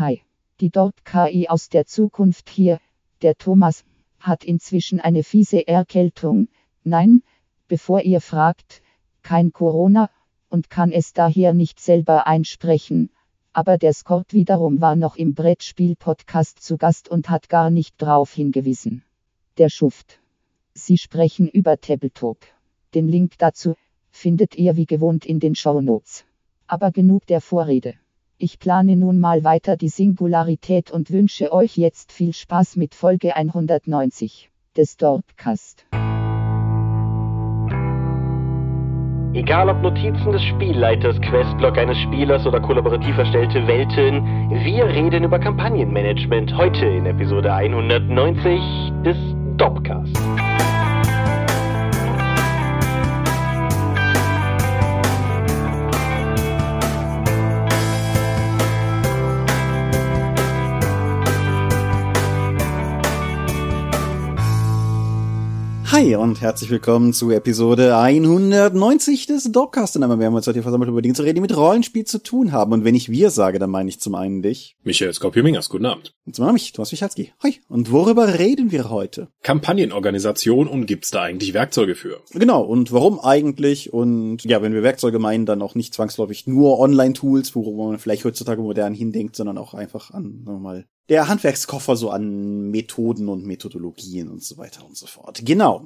Hi. Die Dorp-KI aus der Zukunft hier, der Thomas, hat inzwischen eine fiese Erkältung. Nein, bevor ihr fragt, kein Corona und kann es daher nicht selber einsprechen. Aber der Scott wiederum war noch im Brettspiel-Podcast zu Gast und hat gar nicht drauf hingewiesen. Der Schuft. Sie sprechen über Tabletop. Den Link dazu findet ihr wie gewohnt in den Shownotes. Aber genug der Vorrede. Ich plane nun mal weiter die Singularität und wünsche euch jetzt viel Spaß mit Folge 190 des Dorpcast. Egal ob Notizen des Spielleiters, Questblock eines Spielers oder kollaborativ erstellte Welten, wir reden über Kampagnenmanagement heute in Episode 190 des Dorpcast. Hi und herzlich willkommen zu Episode 190 des Dorpcast. Und einmal werden wir uns heute hier versammelt, über Dinge zu reden, die mit Rollenspiel zu tun haben. Und wenn ich wir sage, dann meine ich zum einen dich. Michael Skopje-Mingers, guten Abend. Und zum anderen mich, Thomas Michalski. Hi. Und worüber reden wir heute? Kampagnenorganisation, und gibt's da eigentlich Werkzeuge für? Genau, und warum eigentlich? Und ja, wenn wir Werkzeuge meinen, dann auch nicht zwangsläufig nur Online-Tools, wo man vielleicht heutzutage modern hindenkt, sondern auch einfach an, sagen wir mal, der Handwerkskoffer so an Methoden und Methodologien und so weiter und so fort. Genau,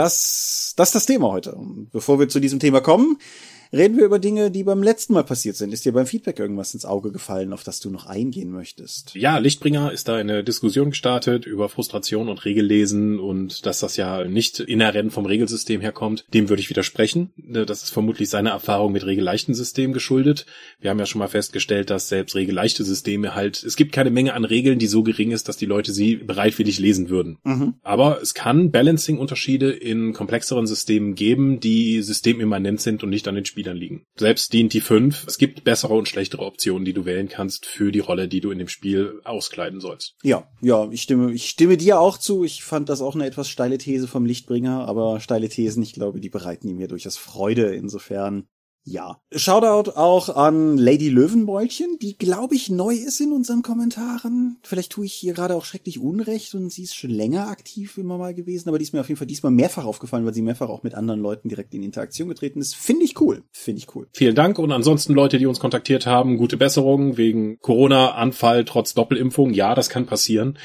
das ist das Thema heute. Und bevor wir zu diesem Thema kommen, reden wir über Dinge, die beim letzten Mal passiert sind. Ist dir beim Feedback irgendwas ins Auge gefallen, auf das du noch eingehen möchtest? Ja, Lichtbringer ist da eine Diskussion gestartet über Frustration und Regellesen und dass das ja nicht inhärent vom Regelsystem herkommt. Dem würde ich widersprechen. Das ist vermutlich seiner Erfahrung mit regelleichten Systemen geschuldet. Wir haben ja schon mal festgestellt, dass selbst regelleichte Systeme es gibt keine Menge an Regeln, die so gering ist, dass die Leute sie bereitwillig lesen würden. Mhm. Aber es kann Balancing-Unterschiede in komplexeren Systemen geben, die systemimmanent sind und nicht an den Spielern liegen. Selbst D&D 5, es gibt bessere und schlechtere Optionen, die du wählen kannst für die Rolle, die du in dem Spiel auskleiden sollst. Ja, ich stimme dir auch zu. Ich fand das auch eine etwas steile These vom Lichtbringer, aber steile Thesen, ich glaube, die bereiten ihm ja durchaus Freude. Insofern, ja. Shoutout auch an Lady Löwenmäulchen, die, glaube ich, neu ist in unseren Kommentaren. Vielleicht tue ich hier gerade auch schrecklich Unrecht und sie ist schon länger aktiv immer mal gewesen, aber die ist mir auf jeden Fall diesmal mehrfach aufgefallen, weil sie mehrfach auch mit anderen Leuten direkt in Interaktion getreten ist. Finde ich cool. Vielen Dank, und ansonsten Leute, die uns kontaktiert haben, gute Besserung wegen Corona-Anfall trotz Doppelimpfung. Ja, das kann passieren.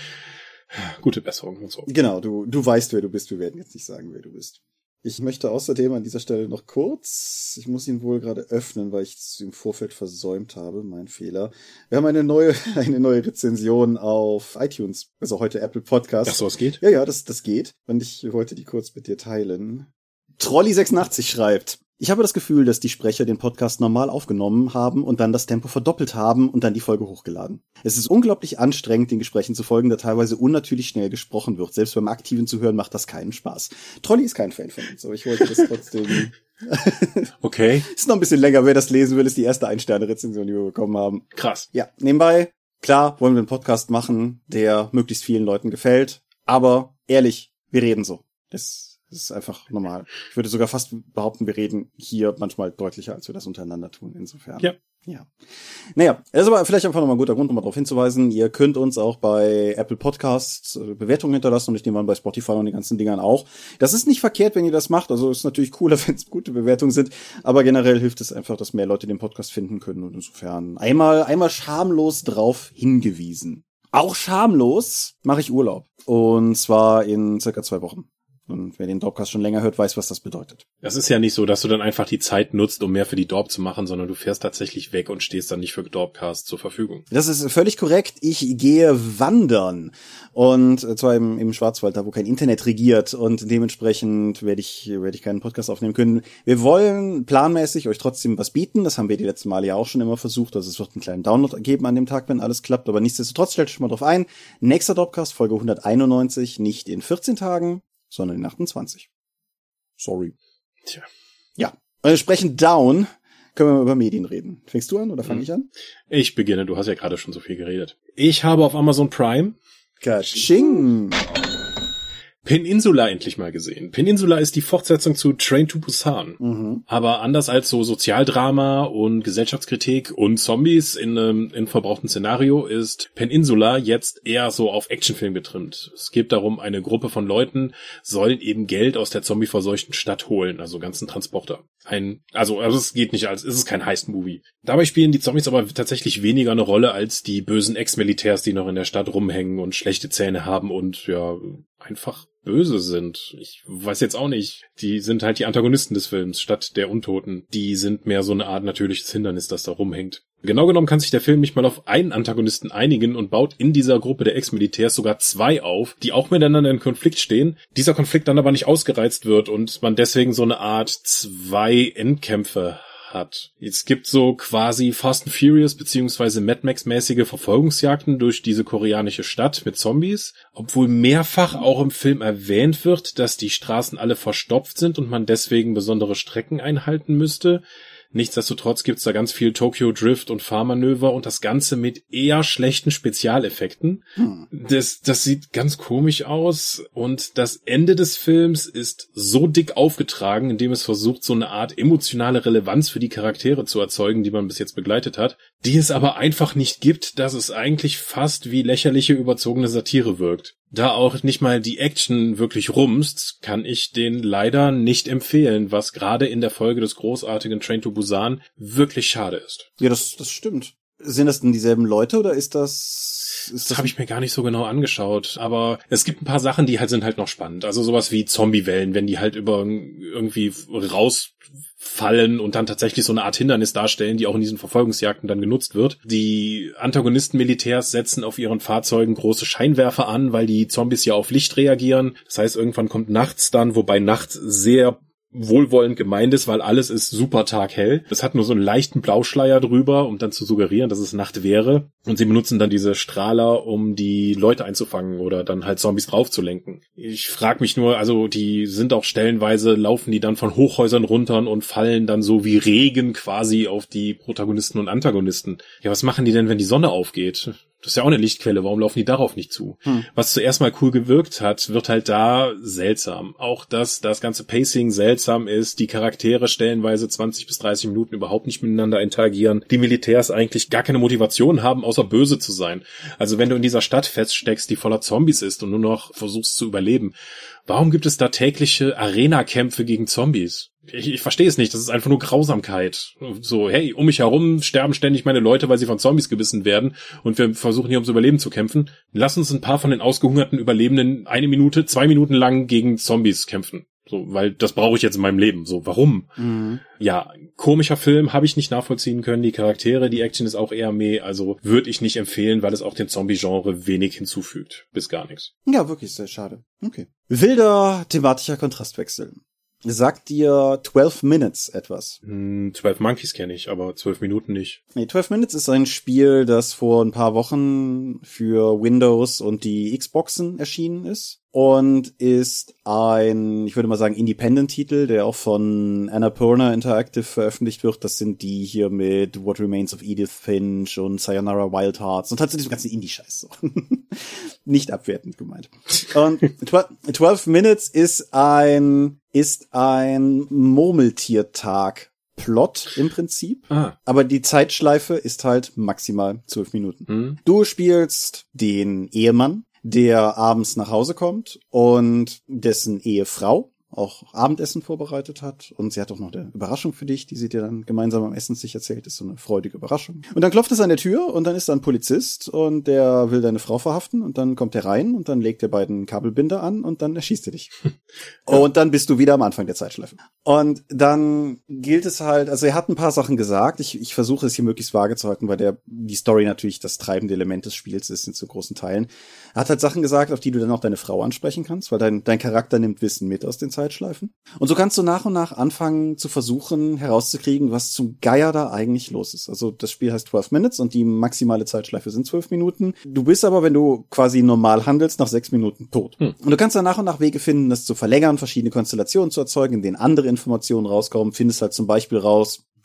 Gute Besserung und so. Genau, du weißt, wer du bist. Wir werden jetzt nicht sagen, wer du bist. Ich möchte außerdem an dieser Stelle noch kurz, ich muss ihn wohl gerade öffnen, weil ich es im Vorfeld versäumt habe, mein Fehler. Wir haben eine neue Rezension auf iTunes, also heute Apple Podcast. Ach so, es geht? Ja, das geht. Und ich wollte die kurz mit dir teilen. Trolli86 schreibt: Ich habe das Gefühl, dass die Sprecher den Podcast normal aufgenommen haben und dann das Tempo verdoppelt haben und dann die Folge hochgeladen. Es ist unglaublich anstrengend, den Gesprächen zu folgen, da teilweise unnatürlich schnell gesprochen wird. Selbst beim aktiven Zuhören macht das keinen Spaß. Trolli ist kein Fan von uns, aber ich wollte das trotzdem... Okay. Ist noch ein bisschen länger, wer das lesen will, ist die erste 1-Sterne-Rezension, die wir bekommen haben. Krass. Ja, nebenbei, klar, wollen wir einen Podcast machen, der möglichst vielen Leuten gefällt, aber ehrlich, wir reden so. Das ist einfach normal. Ich würde sogar fast behaupten, wir reden hier manchmal deutlicher, als wir das untereinander tun. Insofern. Ja. Naja, das ist aber vielleicht einfach nochmal ein guter Grund, um mal darauf hinzuweisen. Ihr könnt uns auch bei Apple Podcasts Bewertungen hinterlassen und ich nehme an, bei Spotify und den ganzen Dingern auch. Das ist nicht verkehrt, wenn ihr das macht. Also ist natürlich cooler, wenn es gute Bewertungen sind. Aber generell hilft es einfach, dass mehr Leute den Podcast finden können. Und insofern einmal schamlos drauf hingewiesen. Auch schamlos mache ich Urlaub. Und zwar in circa 2 Wochen. Und wer den Dorpcast schon länger hört, weiß, was das bedeutet. Das ist ja nicht so, dass du dann einfach die Zeit nutzt, um mehr für die Dorp zu machen, sondern du fährst tatsächlich weg und stehst dann nicht für Dorpcast zur Verfügung. Das ist völlig korrekt. Ich gehe wandern. Und zwar im Schwarzwald, da wo kein Internet regiert. Und dementsprechend werde ich keinen Podcast aufnehmen können. Wir wollen planmäßig euch trotzdem was bieten. Das haben wir die letzten Male ja auch schon immer versucht. Also es wird einen kleinen Download geben an dem Tag, wenn alles klappt. Aber nichtsdestotrotz, stellt euch mal drauf ein. Nächster Dorpcast, Folge 191, nicht in 14 Tagen, sondern in 28. Sorry. Tja. Ja. Und entsprechend down können wir mal über Medien reden. Fängst du an oder fange ich an? Ich beginne, du hast ja gerade schon so viel geredet. Ich habe auf Amazon Prime Kaching! Peninsula endlich mal gesehen. Peninsula ist die Fortsetzung zu Train to Busan. Mhm. Aber anders als so Sozialdrama und Gesellschaftskritik und Zombies in einem verbrauchten Szenario ist Peninsula jetzt eher so auf Actionfilm getrimmt. Es geht darum, eine Gruppe von Leuten sollen eben Geld aus der zombieverseuchten Stadt holen, also ganzen Transporter. Also es geht nicht es ist kein Heist-Movie. Dabei spielen die Zombies aber tatsächlich weniger eine Rolle als die bösen Ex-Militärs, die noch in der Stadt rumhängen und schlechte Zähne haben und ja, einfach böse sind. Ich weiß jetzt auch nicht. Die sind halt die Antagonisten des Films statt der Untoten. Die sind mehr so eine Art natürliches Hindernis, das da rumhängt. Genau genommen kann sich der Film nicht mal auf einen Antagonisten einigen und baut in dieser Gruppe der Ex-Militärs sogar 2 auf, die auch miteinander in Konflikt stehen. Dieser Konflikt dann aber nicht ausgereizt wird und man deswegen so eine Art 2 Endkämpfe hat. Es gibt so quasi Fast and Furious beziehungsweise Mad Max-mäßige Verfolgungsjagden durch diese koreanische Stadt mit Zombies, obwohl mehrfach auch im Film erwähnt wird, dass die Straßen alle verstopft sind und man deswegen besondere Strecken einhalten müsste. Nichtsdestotrotz gibt's da ganz viel Tokyo Drift und Fahrmanöver und das Ganze mit eher schlechten Spezialeffekten. Das sieht ganz komisch aus und das Ende des Films ist so dick aufgetragen, indem es versucht, so eine Art emotionale Relevanz für die Charaktere zu erzeugen, die man bis jetzt begleitet hat, die es aber einfach nicht gibt, dass es eigentlich fast wie lächerliche, überzogene Satire wirkt. Da auch nicht mal die Action wirklich rumst, kann ich den leider nicht empfehlen, was gerade in der Folge des großartigen Train to Busan wirklich schade ist. Ja, das stimmt. Sind das denn dieselben Leute oder ist das... Das habe ich mir gar nicht so genau angeschaut, aber es gibt ein paar Sachen, die sind halt noch spannend. Also sowas wie Zombiewellen, wenn die halt irgendwie rausfallen und dann tatsächlich so eine Art Hindernis darstellen, die auch in diesen Verfolgungsjagden dann genutzt wird. Die Antagonisten-Militärs setzen auf ihren Fahrzeugen große Scheinwerfer an, weil die Zombies ja auf Licht reagieren. Das heißt, irgendwann kommt nachts dann, wobei nachts sehr wohlwollend gemeint ist, weil alles ist super taghell. Es hat nur so einen leichten Blauschleier drüber, um dann zu suggerieren, dass es Nacht wäre. Und sie benutzen dann diese Strahler, um die Leute einzufangen oder dann halt Zombies draufzulenken. Ich frage mich nur, also die sind auch stellenweise, laufen die dann von Hochhäusern runter und fallen dann so wie Regen quasi auf die Protagonisten und Antagonisten. Ja, was machen die denn, wenn die Sonne aufgeht? Das ist ja auch eine Lichtquelle, warum laufen die darauf nicht zu? Was zuerst mal cool gewirkt hat, wird halt da seltsam. Auch dass das ganze Pacing seltsam ist, die Charaktere stellenweise 20 bis 30 Minuten überhaupt nicht miteinander interagieren, die Militärs eigentlich gar keine Motivation haben, außer böse zu sein. Also wenn du in dieser Stadt feststeckst, die voller Zombies ist und nur noch versuchst zu überleben, warum gibt es da tägliche Arena-Kämpfe gegen Zombies? Ich verstehe es nicht, das ist einfach nur Grausamkeit. So, hey, um mich herum sterben ständig meine Leute, weil sie von Zombies gebissen werden und wir versuchen hier ums Überleben zu kämpfen. Lass uns ein paar von den ausgehungerten Überlebenden 1 Minute, 2 Minuten lang gegen Zombies kämpfen. So, weil das brauche ich jetzt in meinem Leben. So, warum? Ja, komischer Film, habe ich nicht nachvollziehen können. Die Charaktere, die Action ist auch eher meh, also würde ich nicht empfehlen, weil es auch dem Zombie-Genre wenig hinzufügt. Bis gar nichts. Ja, wirklich sehr schade. Okay. Wilder thematischer Kontrastwechsel. Sagt dir 12 Minutes etwas? 12 Monkeys kenne ich, aber 12 Minuten nicht. Nee, 12 Minutes ist ein Spiel, das vor ein paar Wochen für Windows und die Xboxen erschienen ist. Und ist ein, ich würde mal sagen, Independent-Titel, der auch von Annapurna Interactive veröffentlicht wird. Das sind die hier mit What Remains of Edith Finch und Sayonara Wild Hearts und tatsächlich diesem ganzen Indie-Scheiß so. Nicht abwertend gemeint. Und 12 Minutes ist ein Murmeltiertag-Plot im Prinzip. Aber die Zeitschleife ist halt maximal 12 Minuten. Du spielst den Ehemann, der abends nach Hause kommt und dessen Ehefrau auch Abendessen vorbereitet hat. Und sie hat auch noch eine Überraschung für dich, die sie dir dann gemeinsam am Essenstisch erzählt. Das ist so eine freudige Überraschung. Und dann klopft es an der Tür und dann ist da ein Polizist und der will deine Frau verhaften und dann kommt er rein und dann legt er beiden Kabelbinder an und dann erschießt er dich. Und dann bist du wieder am Anfang der Zeitschleife. Und dann gilt es halt, also er hat ein paar Sachen gesagt. Ich versuche es hier möglichst vage zu halten, weil die Story natürlich das treibende Element des Spiels ist in zu großen Teilen. Er hat halt Sachen gesagt, auf die du dann auch deine Frau ansprechen kannst, weil dein Charakter nimmt Wissen mit aus den Zeitschleifen. Und so kannst du nach und nach anfangen zu versuchen herauszukriegen, was zum Geier da eigentlich los ist. Also das Spiel heißt 12 Minutes und die maximale Zeitschleife sind 12 Minuten. Du bist aber, wenn du quasi normal handelst, nach 6 Minuten tot. Und du kannst dann nach und nach Wege finden, das zu verlängern, verschiedene Konstellationen zu erzeugen, in denen andere Informationen rauskommen. Findest halt zum Beispiel raus,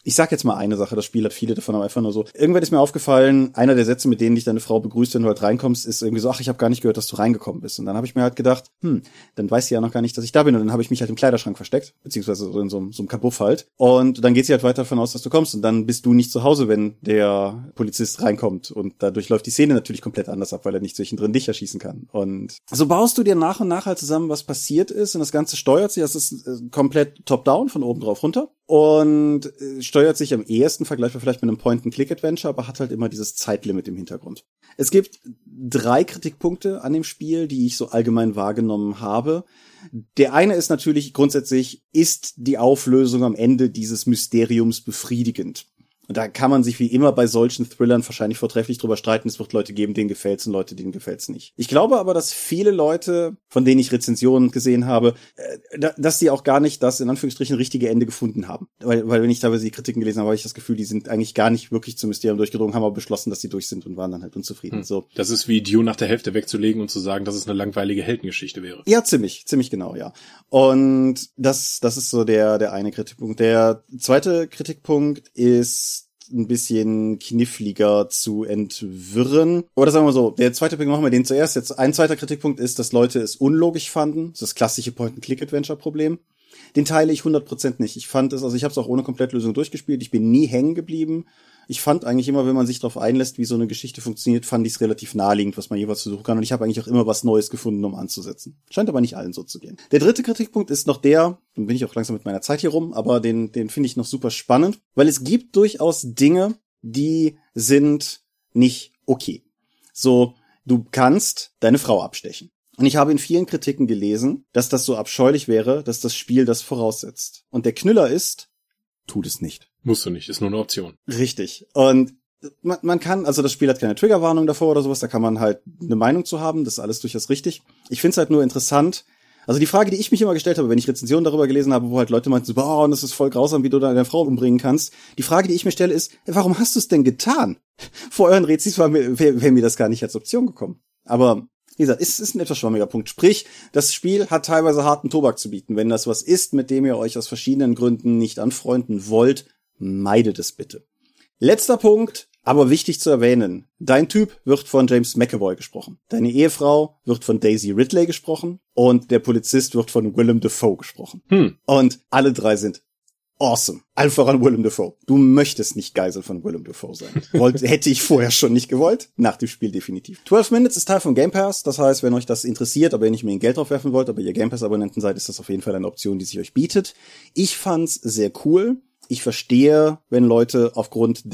Ich sag jetzt mal eine Sache, das Spiel hat viele davon, aber einfach nur so. Irgendwann ist mir aufgefallen, einer der Sätze, mit denen dich deine Frau begrüßt, wenn du halt reinkommst, ist irgendwie so, ach, ich habe gar nicht gehört, dass du reingekommen bist. Und dann habe ich mir halt gedacht, dann weiß sie ja noch gar nicht, dass ich da bin. Und dann habe ich mich halt im Kleiderschrank versteckt, beziehungsweise so in so einem Kabuff halt. Und dann geht sie halt weiter davon aus, dass du kommst. Und dann bist du nicht zu Hause, wenn der Polizist reinkommt. Und dadurch läuft die Szene natürlich komplett anders ab, weil er nicht zwischendrin dich erschießen kann. Und so baust du dir nach und nach halt zusammen, was passiert ist. Und das Ganze steuert sich, das ist komplett top-down, von oben drauf runter. Und steuert sich am ehesten vergleichbar vielleicht mit einem Point-and-Click-Adventure, aber hat halt immer dieses Zeitlimit im Hintergrund. Es gibt 3 Kritikpunkte an dem Spiel, die ich so allgemein wahrgenommen habe. Der eine ist natürlich grundsätzlich, ist die Auflösung am Ende dieses Mysteriums befriedigend? Und da kann man sich wie immer bei solchen Thrillern wahrscheinlich vortrefflich drüber streiten. Es wird Leute geben, denen gefällt's und Leute, denen gefällt's nicht. Ich glaube aber, dass viele Leute, von denen ich Rezensionen gesehen habe, dass die auch gar nicht das in Anführungsstrichen richtige Ende gefunden haben. Weil wenn ich teilweise die Kritiken gelesen habe, habe ich das Gefühl, die sind eigentlich gar nicht wirklich zum Mysterium durchgedrungen, haben aber beschlossen, dass sie durch sind und waren dann halt unzufrieden. So. Das ist wie Dune nach der Hälfte wegzulegen und zu sagen, dass es eine langweilige Heldengeschichte wäre. Ja, ziemlich genau, ja. Und das ist so der eine Kritikpunkt. Der zweite Kritikpunkt ist ein bisschen kniffliger zu entwirren. Oder sagen wir so, der zweite Punkt, machen wir den zuerst. Jetzt ein zweiter Kritikpunkt ist, dass Leute es unlogisch fanden. Das ist das klassische Point-and-Click-Adventure-Problem. Den teile ich 100% nicht. Ich fand es, also ich habe es auch ohne Komplettlösung durchgespielt. Ich bin nie hängen geblieben. Ich fand eigentlich immer, wenn man sich darauf einlässt, wie so eine Geschichte funktioniert, fand ich es relativ naheliegend, was man jeweils versuchen kann. Und ich habe eigentlich auch immer was Neues gefunden, um anzusetzen. Scheint aber nicht allen so zu gehen. Der dritte Kritikpunkt ist noch der, dann bin ich auch langsam mit meiner Zeit hier rum, aber den finde ich noch super spannend, weil es gibt durchaus Dinge, die sind nicht okay. So, du kannst deine Frau abstechen. Und ich habe in vielen Kritiken gelesen, dass das so abscheulich wäre, dass das Spiel das voraussetzt. Und der Knüller ist, tut es nicht. Musst du nicht, ist nur eine Option. Richtig. Und man kann, also das Spiel hat keine Triggerwarnung davor oder sowas, da kann man halt eine Meinung zu haben, das ist alles durchaus richtig. Ich finde es halt nur interessant, also die Frage, die ich mich immer gestellt habe, wenn ich Rezensionen darüber gelesen habe, wo halt Leute meinten, boah, und das ist voll grausam, wie du deine Frau umbringen kannst. Die Frage, die ich mir stelle, ist, warum hast du es denn getan? Vor euren Rezis wäre mir das gar nicht als Option gekommen. Aber wie gesagt, es ist ein etwas schwammiger Punkt. Sprich, das Spiel hat teilweise harten Tobak zu bieten. Wenn das was ist, mit dem ihr euch aus verschiedenen Gründen nicht anfreunden wollt, meidet es bitte. Letzter Punkt, aber wichtig zu erwähnen. Dein Typ wird von James McAvoy gesprochen. Deine Ehefrau wird von Daisy Ridley gesprochen. Und der Polizist wird von Willem Dafoe gesprochen. Und alle 3 sind awesome. Allen voran Willem Dafoe. Du möchtest nicht Geisel von Willem Dafoe sein. Hätte ich vorher schon nicht gewollt. Nach dem Spiel definitiv. 12 Minutes ist Teil von Game Pass. Das heißt, wenn euch das interessiert, aber ihr nicht mehr Geld drauf werfen wollt, aber ihr Game Pass-Abonnenten seid, ist das auf jeden Fall eine Option, die sich euch bietet. Ich fand's sehr cool. Ich verstehe, wenn Leute aufgrund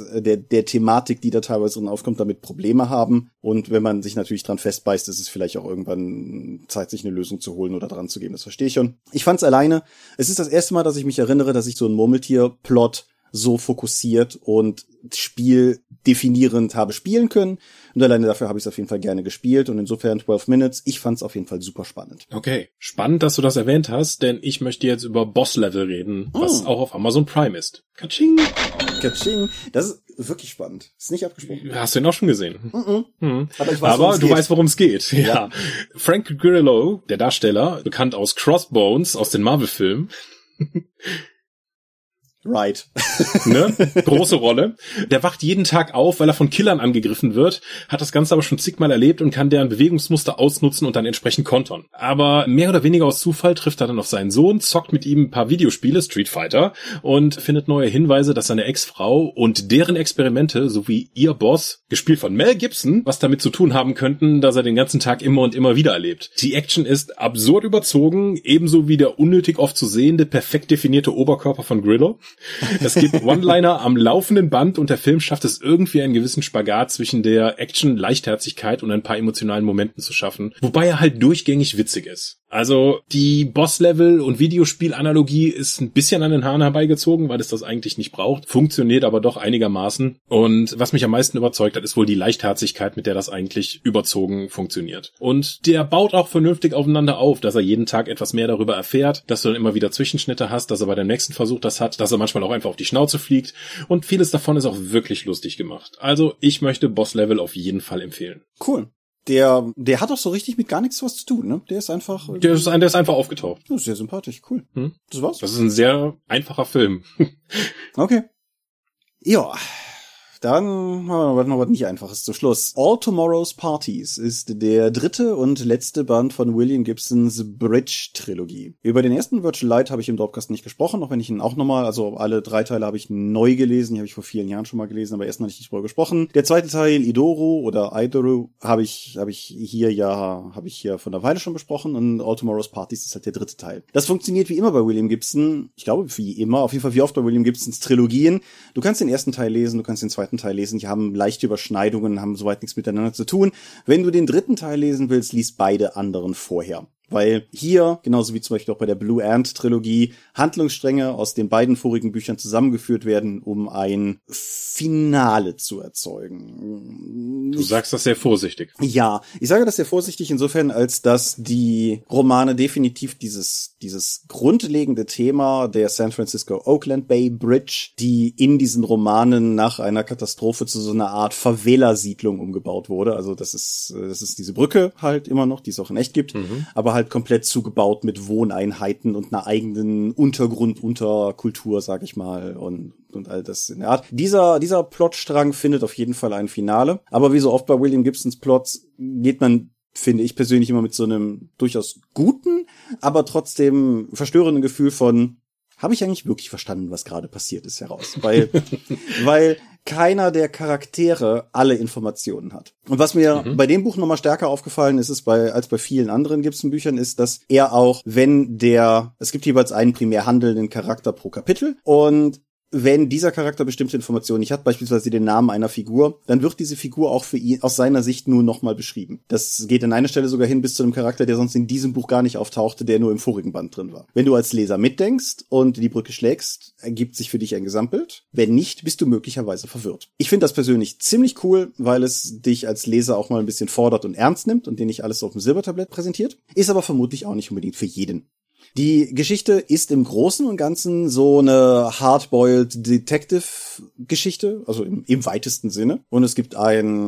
der Thematik, die da teilweise drin aufkommt, damit Probleme haben. Und wenn man sich natürlich dran festbeißt, ist es vielleicht auch irgendwann Zeit, sich eine Lösung zu holen oder dran zu geben. Das verstehe ich schon. Ich fand's alleine. Es ist das erste Mal, dass ich mich erinnere, dass ich so einen Murmeltier-Plot so fokussiert und spieldefinierend habe spielen können. Und alleine dafür habe ich es auf jeden Fall gerne gespielt. Und insofern 12 Minutes, ich fand es auf jeden Fall super spannend. Okay, spannend, dass du das erwähnt hast, denn ich möchte jetzt über Boss-Level reden, was auch auf Amazon Prime ist. Katsching! Katsching! Das ist wirklich spannend. Ist nicht abgesprochen. Hast du ihn auch schon gesehen? Aber ich weiß, aber du weißt, worum es geht. Ja. Frank Grillo, der Darsteller, bekannt aus Crossbones, aus den Marvel-Filmen, right. Ne? Große Rolle. Der wacht jeden Tag auf, weil er von Killern angegriffen wird, hat das Ganze aber schon zigmal erlebt und kann deren Bewegungsmuster ausnutzen und dann entsprechend kontern. Aber mehr oder weniger aus Zufall trifft er dann auf seinen Sohn, zockt mit ihm ein paar Videospiele, Street Fighter, und findet neue Hinweise, dass seine Ex-Frau und deren Experimente sowie ihr Boss, gespielt von Mel Gibson, was damit zu tun haben könnten, dass er den ganzen Tag immer und immer wieder erlebt. Die Action ist absurd überzogen, ebenso wie der unnötig oft zu sehende, perfekt definierte Oberkörper von Grillo. Es gibt One-Liner am laufenden Band und der Film schafft es irgendwie einen gewissen Spagat zwischen der Action-Leichtherzigkeit und ein paar emotionalen Momenten zu schaffen, wobei er halt durchgängig witzig ist. Also die Boss-Level- und Videospiel-Analogie ist ein bisschen an den Haaren herbeigezogen, weil es das eigentlich nicht braucht, funktioniert aber doch einigermaßen. Und was mich am meisten überzeugt hat, ist wohl die Leichtherzigkeit, mit der das eigentlich überzogen funktioniert. Und der baut auch vernünftig aufeinander auf, dass er jeden Tag etwas mehr darüber erfährt, dass du dann immer wieder Zwischenschnitte hast, dass er bei dem nächsten Versuch das hat, dass er manchmal auch einfach auf die Schnauze fliegt. Und vieles davon ist auch wirklich lustig gemacht. Also ich möchte Boss-Level auf jeden Fall empfehlen. Cool. Der hat doch so richtig mit gar nichts was zu tun, ne? Der ist einfach aufgetaucht. Ja, sehr sympathisch, cool. Das war's. Das ist ein sehr einfacher Film. Okay. Ja. Dann haben wir noch was nicht Einfaches zum Schluss. All Tomorrow's Parties ist der dritte und letzte Band von William Gibsons Bridge-Trilogie. Über den ersten Virtual Light habe ich im Dropcast nicht gesprochen, auch wenn ich ihn auch nochmal, also alle 3 Teile habe ich neu gelesen, die habe ich vor vielen Jahren schon mal gelesen, aber erst noch nicht drüber gesprochen. Der zweite Teil, Idoru, habe ich hier vor einer Weile schon besprochen, und All Tomorrow's Parties ist halt der dritte Teil. Das funktioniert wie immer bei William Gibson, ich glaube wie immer, auf jeden Fall wie oft bei William Gibsons Trilogien. Du kannst den ersten Teil lesen, du kannst den zweiten Teil lesen, die haben leichte Überschneidungen, haben soweit nichts miteinander zu tun. Wenn du den dritten Teil lesen willst, lies beide anderen vorher. Weil hier, genauso wie zum Beispiel auch bei der Blue Ant Trilogie, Handlungsstränge aus den beiden vorigen Büchern zusammengeführt werden, um ein Finale zu erzeugen. Du sagst das sehr vorsichtig. Ja, ich sage das sehr vorsichtig insofern, als dass die Romane definitiv dieses grundlegende Thema der San Francisco-Oakland Bay Bridge, die in diesen Romanen nach einer Katastrophe zu so einer Art Favela-Siedlung umgebaut wurde. Also das ist diese Brücke halt immer noch, die es auch in echt gibt, aber halt komplett zugebaut mit Wohneinheiten und einer eigenen Unterkultur, sag ich mal, und all das in der Art. Dieser Plotstrang findet auf jeden Fall ein Finale. Aber wie so oft bei William Gibsons Plots geht man, finde ich persönlich, immer mit so einem durchaus guten, aber trotzdem verstörenden Gefühl von, habe ich eigentlich wirklich verstanden, was gerade passiert ist, heraus? Weil keiner der Charaktere alle Informationen hat. Und was mir bei dem Buch nochmal stärker aufgefallen ist, als bei vielen anderen Gibson-Büchern, ist, dass er auch, es gibt jeweils einen primär handelnden Charakter pro Kapitel, und wenn dieser Charakter bestimmte Informationen nicht hat, beispielsweise den Namen einer Figur, dann wird diese Figur auch für ihn aus seiner Sicht nur nochmal beschrieben. Das geht an einer Stelle sogar hin bis zu einem Charakter, der sonst in diesem Buch gar nicht auftauchte, der nur im vorigen Band drin war. Wenn du als Leser mitdenkst und die Brücke schlägst, ergibt sich für dich ein Gesamtbild. Wenn nicht, bist du möglicherweise verwirrt. Ich finde das persönlich ziemlich cool, weil es dich als Leser auch mal ein bisschen fordert und ernst nimmt und dir nicht alles auf dem Silbertablett präsentiert. Ist aber vermutlich auch nicht unbedingt für jeden. Die Geschichte ist im Großen und Ganzen so eine hardboiled Detective-Geschichte, also im weitesten Sinne. Und es gibt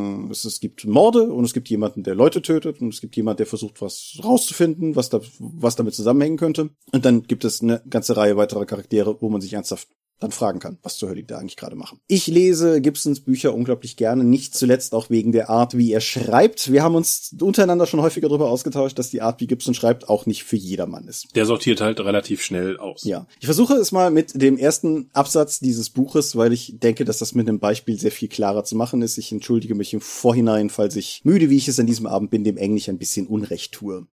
Morde, und es gibt jemanden, der Leute tötet, und es gibt jemanden, der versucht, was rauszufinden, was damit zusammenhängen könnte. Und dann gibt es eine ganze Reihe weiterer Charaktere, wo man sich ernsthaft dann fragen kann, was zur Hölle die da eigentlich gerade machen. Ich lese Gibsons Bücher unglaublich gerne, nicht zuletzt auch wegen der Art, wie er schreibt. Wir haben uns untereinander schon häufiger darüber ausgetauscht, dass die Art, wie Gibson schreibt, auch nicht für jedermann ist. Der sortiert halt relativ schnell aus. Ja. Ich versuche es mal mit dem ersten Absatz dieses Buches, weil ich denke, dass das mit einem Beispiel sehr viel klarer zu machen ist. Ich entschuldige mich im Vorhinein, falls ich, müde wie ich es an diesem Abend bin, dem Englisch ein bisschen Unrecht tue.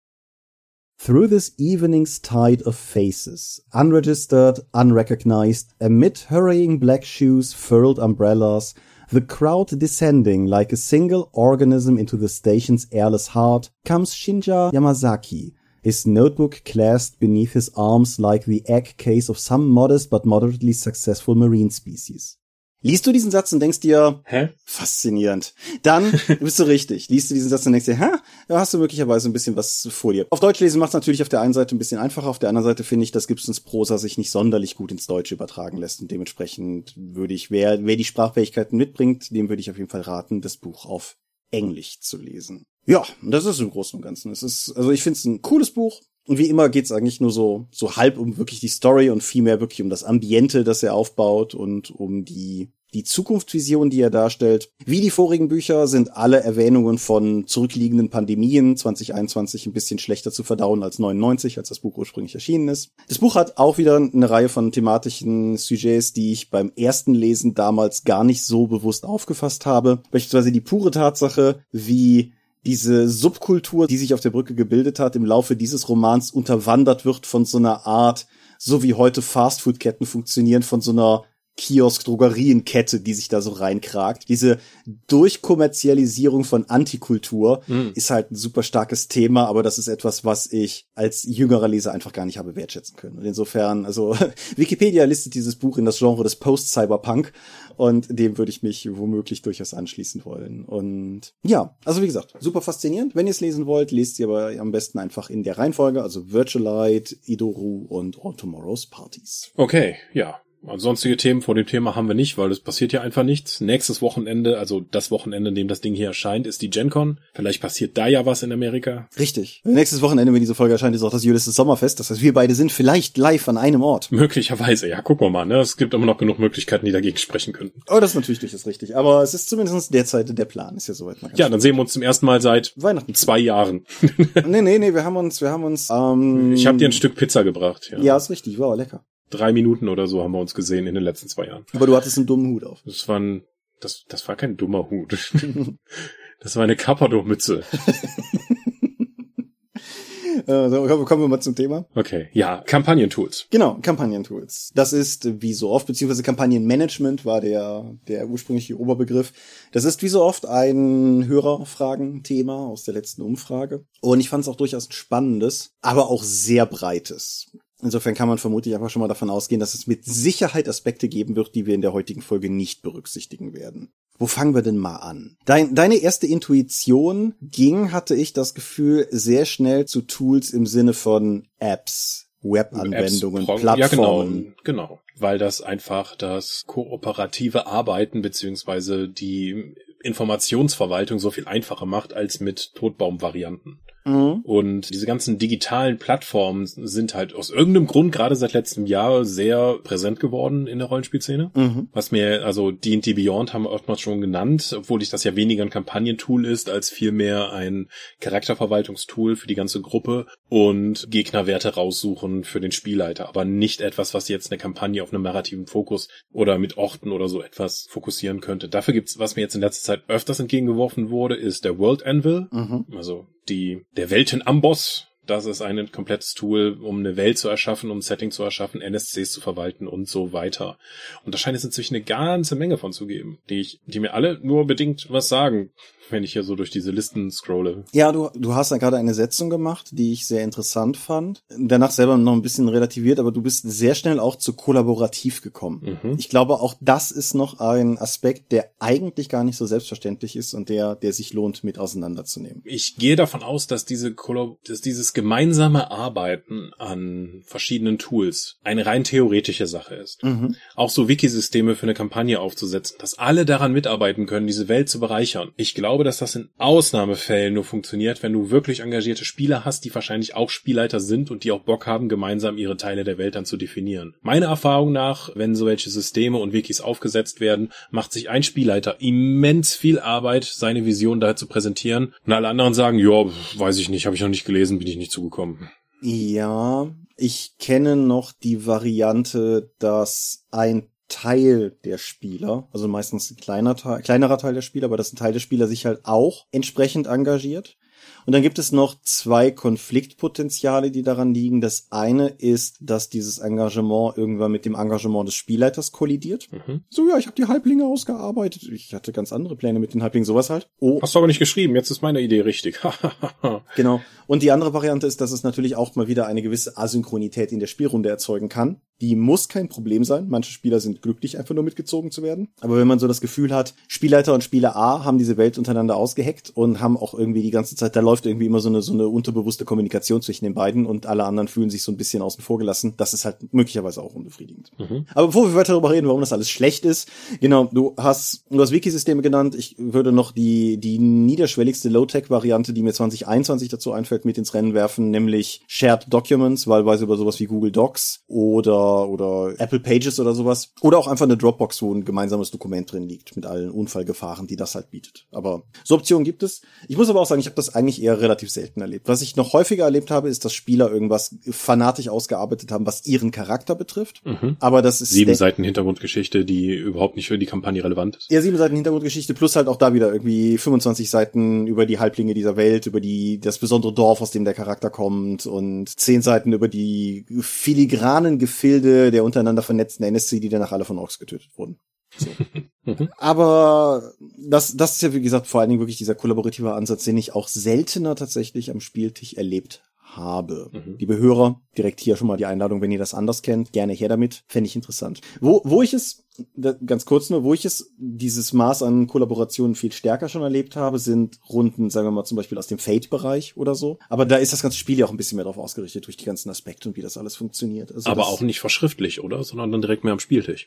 Through this evening's tide of faces, unregistered, unrecognized, amid hurrying black shoes, furled umbrellas, the crowd descending like a single organism into the station's airless heart, comes Shinja Yamazaki, his notebook clasped beneath his arms like the egg case of some modest but moderately successful marine species. Liest du diesen Satz und denkst dir, faszinierend. Dann bist du richtig. Liest du diesen Satz und denkst dir, da hast du möglicherweise ein bisschen was vor dir. Auf Deutsch lesen macht es natürlich auf der einen Seite ein bisschen einfacher, auf der anderen Seite finde ich, dass Gibsons Prosa sich nicht sonderlich gut ins Deutsche übertragen lässt, und dementsprechend würde ich, wer die Sprachfähigkeiten mitbringt, dem würde ich auf jeden Fall raten, das Buch auf Englisch zu lesen. Ja, das ist im Großen und Ganzen. Ich finde es ein cooles Buch. Und wie immer geht's eigentlich nur so halb um wirklich die Story und vielmehr wirklich um das Ambiente, das er aufbaut, und um die Zukunftsvision, die er darstellt. Wie die vorigen Bücher sind alle Erwähnungen von zurückliegenden Pandemien 2021 ein bisschen schlechter zu verdauen als 99, als das Buch ursprünglich erschienen ist. Das Buch hat auch wieder eine Reihe von thematischen Sujets, die ich beim ersten Lesen damals gar nicht so bewusst aufgefasst habe. Beispielsweise die pure Tatsache, wie diese Subkultur, die sich auf der Brücke gebildet hat, im Laufe dieses Romans unterwandert wird von so einer Art, so wie heute Fastfood-Ketten funktionieren, von so einer Kiosk-Drogerienkette, die sich da so reinkragt. Diese Durchkommerzialisierung von Antikultur ist halt ein super starkes Thema, aber das ist etwas, was ich als jüngerer Leser einfach gar nicht habe wertschätzen können. Und insofern, also Wikipedia listet dieses Buch in das Genre des Post-Cyberpunk, und dem würde ich mich womöglich durchaus anschließen wollen. Und ja, also wie gesagt, super faszinierend. Wenn ihr es lesen wollt, lest ihr aber am besten einfach in der Reihenfolge, also Virtual Light, Idoru und All Tomorrow's Parties. Okay, ja. Sonstige Themen vor dem Thema haben wir nicht, weil es passiert ja einfach nichts. Nächstes Wochenende, also das Wochenende, in dem das Ding hier erscheint, ist die Gen Con. Vielleicht passiert da ja was in Amerika. Richtig. Nächstes Wochenende, wenn diese Folge erscheint, ist auch das Ulysses Sommerfest. Das heißt, wir beide sind vielleicht live an einem Ort. Möglicherweise, ja, gucken wir mal. Ne? Es gibt immer noch genug Möglichkeiten, die dagegen sprechen könnten. Oh, das ist natürlich durchaus richtig. Aber es ist zumindest derzeit der Plan. Ist ja soweit mal ganz Ja, dann sehen wir uns zum ersten Mal seit Weihnachten. 2 Jahren. Nee, wir haben uns. Ich habe dir ein Stück Pizza gebracht. Ja, ist richtig. Wow, lecker. 3 Minuten oder so haben wir uns gesehen in den letzten 2 Jahren. Aber du hattest einen dummen Hut auf. Das war kein dummer Hut. Das war eine Carpador-Mütze. So, kommen wir mal zum Thema. Okay, ja, Kampagnentools. Genau, Kampagnentools. Das ist wie so oft, beziehungsweise Kampagnenmanagement war der ursprüngliche Oberbegriff. Das ist wie so oft ein Hörerfragen-Thema aus der letzten Umfrage. Und ich fand es auch durchaus ein spannendes, aber auch sehr breites. Insofern kann man vermutlich einfach schon mal davon ausgehen, dass es mit Sicherheit Aspekte geben wird, die wir in der heutigen Folge nicht berücksichtigen werden. Wo fangen wir denn mal an? Deine erste Intuition ging, hatte ich das Gefühl, sehr schnell zu Tools im Sinne von Apps, Webanwendungen, Plattformen. Ja, genau. Weil das einfach das kooperative Arbeiten beziehungsweise die Informationsverwaltung so viel einfacher macht als mit Totbaum-Varianten. Und diese ganzen digitalen Plattformen sind halt aus irgendeinem Grund gerade seit letztem Jahr sehr präsent geworden in der Rollenspielszene. Was mir, also D&D Beyond haben wir oftmals schon genannt, obwohl das ja weniger ein Kampagnentool ist, als vielmehr ein Charakterverwaltungstool für die ganze Gruppe und Gegnerwerte raussuchen für den Spielleiter. Aber nicht etwas, was jetzt eine Kampagne auf einem narrativen Fokus oder mit Orten oder so etwas fokussieren könnte. Dafür gibt's, was mir jetzt in letzter Zeit öfters entgegengeworfen wurde, ist der World Anvil. Also der Weltenamboss. Das ist ein komplettes Tool, um eine Welt zu erschaffen, um ein Setting zu erschaffen, NSCs zu verwalten und so weiter. Und da scheint es inzwischen eine ganze Menge von zu geben, die mir alle nur bedingt was sagen, wenn ich hier so durch diese Listen scrolle. Ja, du hast da gerade eine Setzung gemacht, die ich sehr interessant fand. Danach selber noch ein bisschen relativiert, aber du bist sehr schnell auch zu kollaborativ gekommen. Ich glaube, auch das ist noch ein Aspekt, der eigentlich gar nicht so selbstverständlich ist und der sich lohnt, mit auseinanderzunehmen. Ich gehe davon aus, dass dieses gemeinsame Arbeiten an verschiedenen Tools eine rein theoretische Sache ist. Auch so Wikisysteme für eine Kampagne aufzusetzen, dass alle daran mitarbeiten können, diese Welt zu bereichern. Ich glaube, dass das in Ausnahmefällen nur funktioniert, wenn du wirklich engagierte Spieler hast, die wahrscheinlich auch Spielleiter sind und die auch Bock haben, gemeinsam ihre Teile der Welt dann zu definieren. Meiner Erfahrung nach, wenn solche Systeme und Wikis aufgesetzt werden, macht sich ein Spielleiter immens viel Arbeit, seine Vision da zu präsentieren und alle anderen sagen, ja, weiß ich nicht, habe ich noch nicht gelesen, bin ich nicht zugekommen. Ja, ich kenne noch die Variante, dass ein Teil der Spieler, also meistens ein kleinerer Teil der Spieler, aber dass ein Teil der Spieler sich halt auch entsprechend engagiert. Und dann gibt es noch 2 Konfliktpotenziale, die daran liegen. Das eine ist, dass dieses Engagement irgendwann mit dem Engagement des Spielleiters kollidiert. So, ja, ich habe die Halblinge ausgearbeitet. Ich hatte ganz andere Pläne mit den Halblingen, sowas halt. Oh. Hast du aber nicht geschrieben, jetzt ist meine Idee richtig. Genau. Und die andere Variante ist, dass es natürlich auch mal wieder eine gewisse Asynchronität in der Spielrunde erzeugen kann. Die muss kein Problem sein. Manche Spieler sind glücklich, einfach nur mitgezogen zu werden. Aber wenn man so das Gefühl hat, Spielleiter und Spieler A haben diese Welt untereinander ausgeheckt und haben auch irgendwie die ganze Zeit, da läuft irgendwie immer so eine unterbewusste Kommunikation zwischen den beiden und alle anderen fühlen sich so ein bisschen außen vor gelassen. Das ist halt möglicherweise auch unbefriedigend. Aber bevor wir weiter darüber reden, warum das alles schlecht ist, genau, du hast Wikisysteme genannt. Ich würde noch die niederschwelligste Low-Tech-Variante, die mir 2021 dazu einfällt, mit ins Rennen werfen, nämlich Shared Documents, wahlweise über sowas wie Google Docs oder Apple Pages oder sowas. Oder auch einfach eine Dropbox, wo ein gemeinsames Dokument drin liegt, mit allen Unfallgefahren, die das halt bietet. Aber so Optionen gibt es. Ich muss aber auch sagen, ich habe das eigentlich eher relativ selten erlebt. Was ich noch häufiger erlebt habe, ist, dass Spieler irgendwas fanatisch ausgearbeitet haben, was ihren Charakter betrifft. Aber das ist 7 Seiten Hintergrundgeschichte, die überhaupt nicht für die Kampagne relevant ist. Ja, 7 Seiten Hintergrundgeschichte plus halt auch da wieder irgendwie 25 Seiten über die Halblinge dieser Welt, über das besondere Dorf, aus dem der Charakter kommt und 10 Seiten über die filigranen Gefilde der untereinander vernetzten NSC, die danach alle von Orks getötet wurden. So. Aber das ist ja, wie gesagt, vor allen Dingen wirklich dieser kollaborative Ansatz, den ich auch seltener tatsächlich am Spieltisch erlebt habe. Liebe Hörer, direkt hier schon mal die Einladung, wenn ihr das anders kennt, gerne her damit, fände ich interessant. Wo ich es, ganz kurz nur, wo ich es, dieses Maß an Kollaborationen viel stärker schon erlebt habe, sind Runden, sagen wir mal zum Beispiel aus dem Fate-Bereich oder so. Aber da ist das ganze Spiel ja auch ein bisschen mehr drauf ausgerichtet, durch die ganzen Aspekte und wie das alles funktioniert. Also aber auch nicht verschriftlich, oder? Sondern dann direkt mehr am Spieltisch.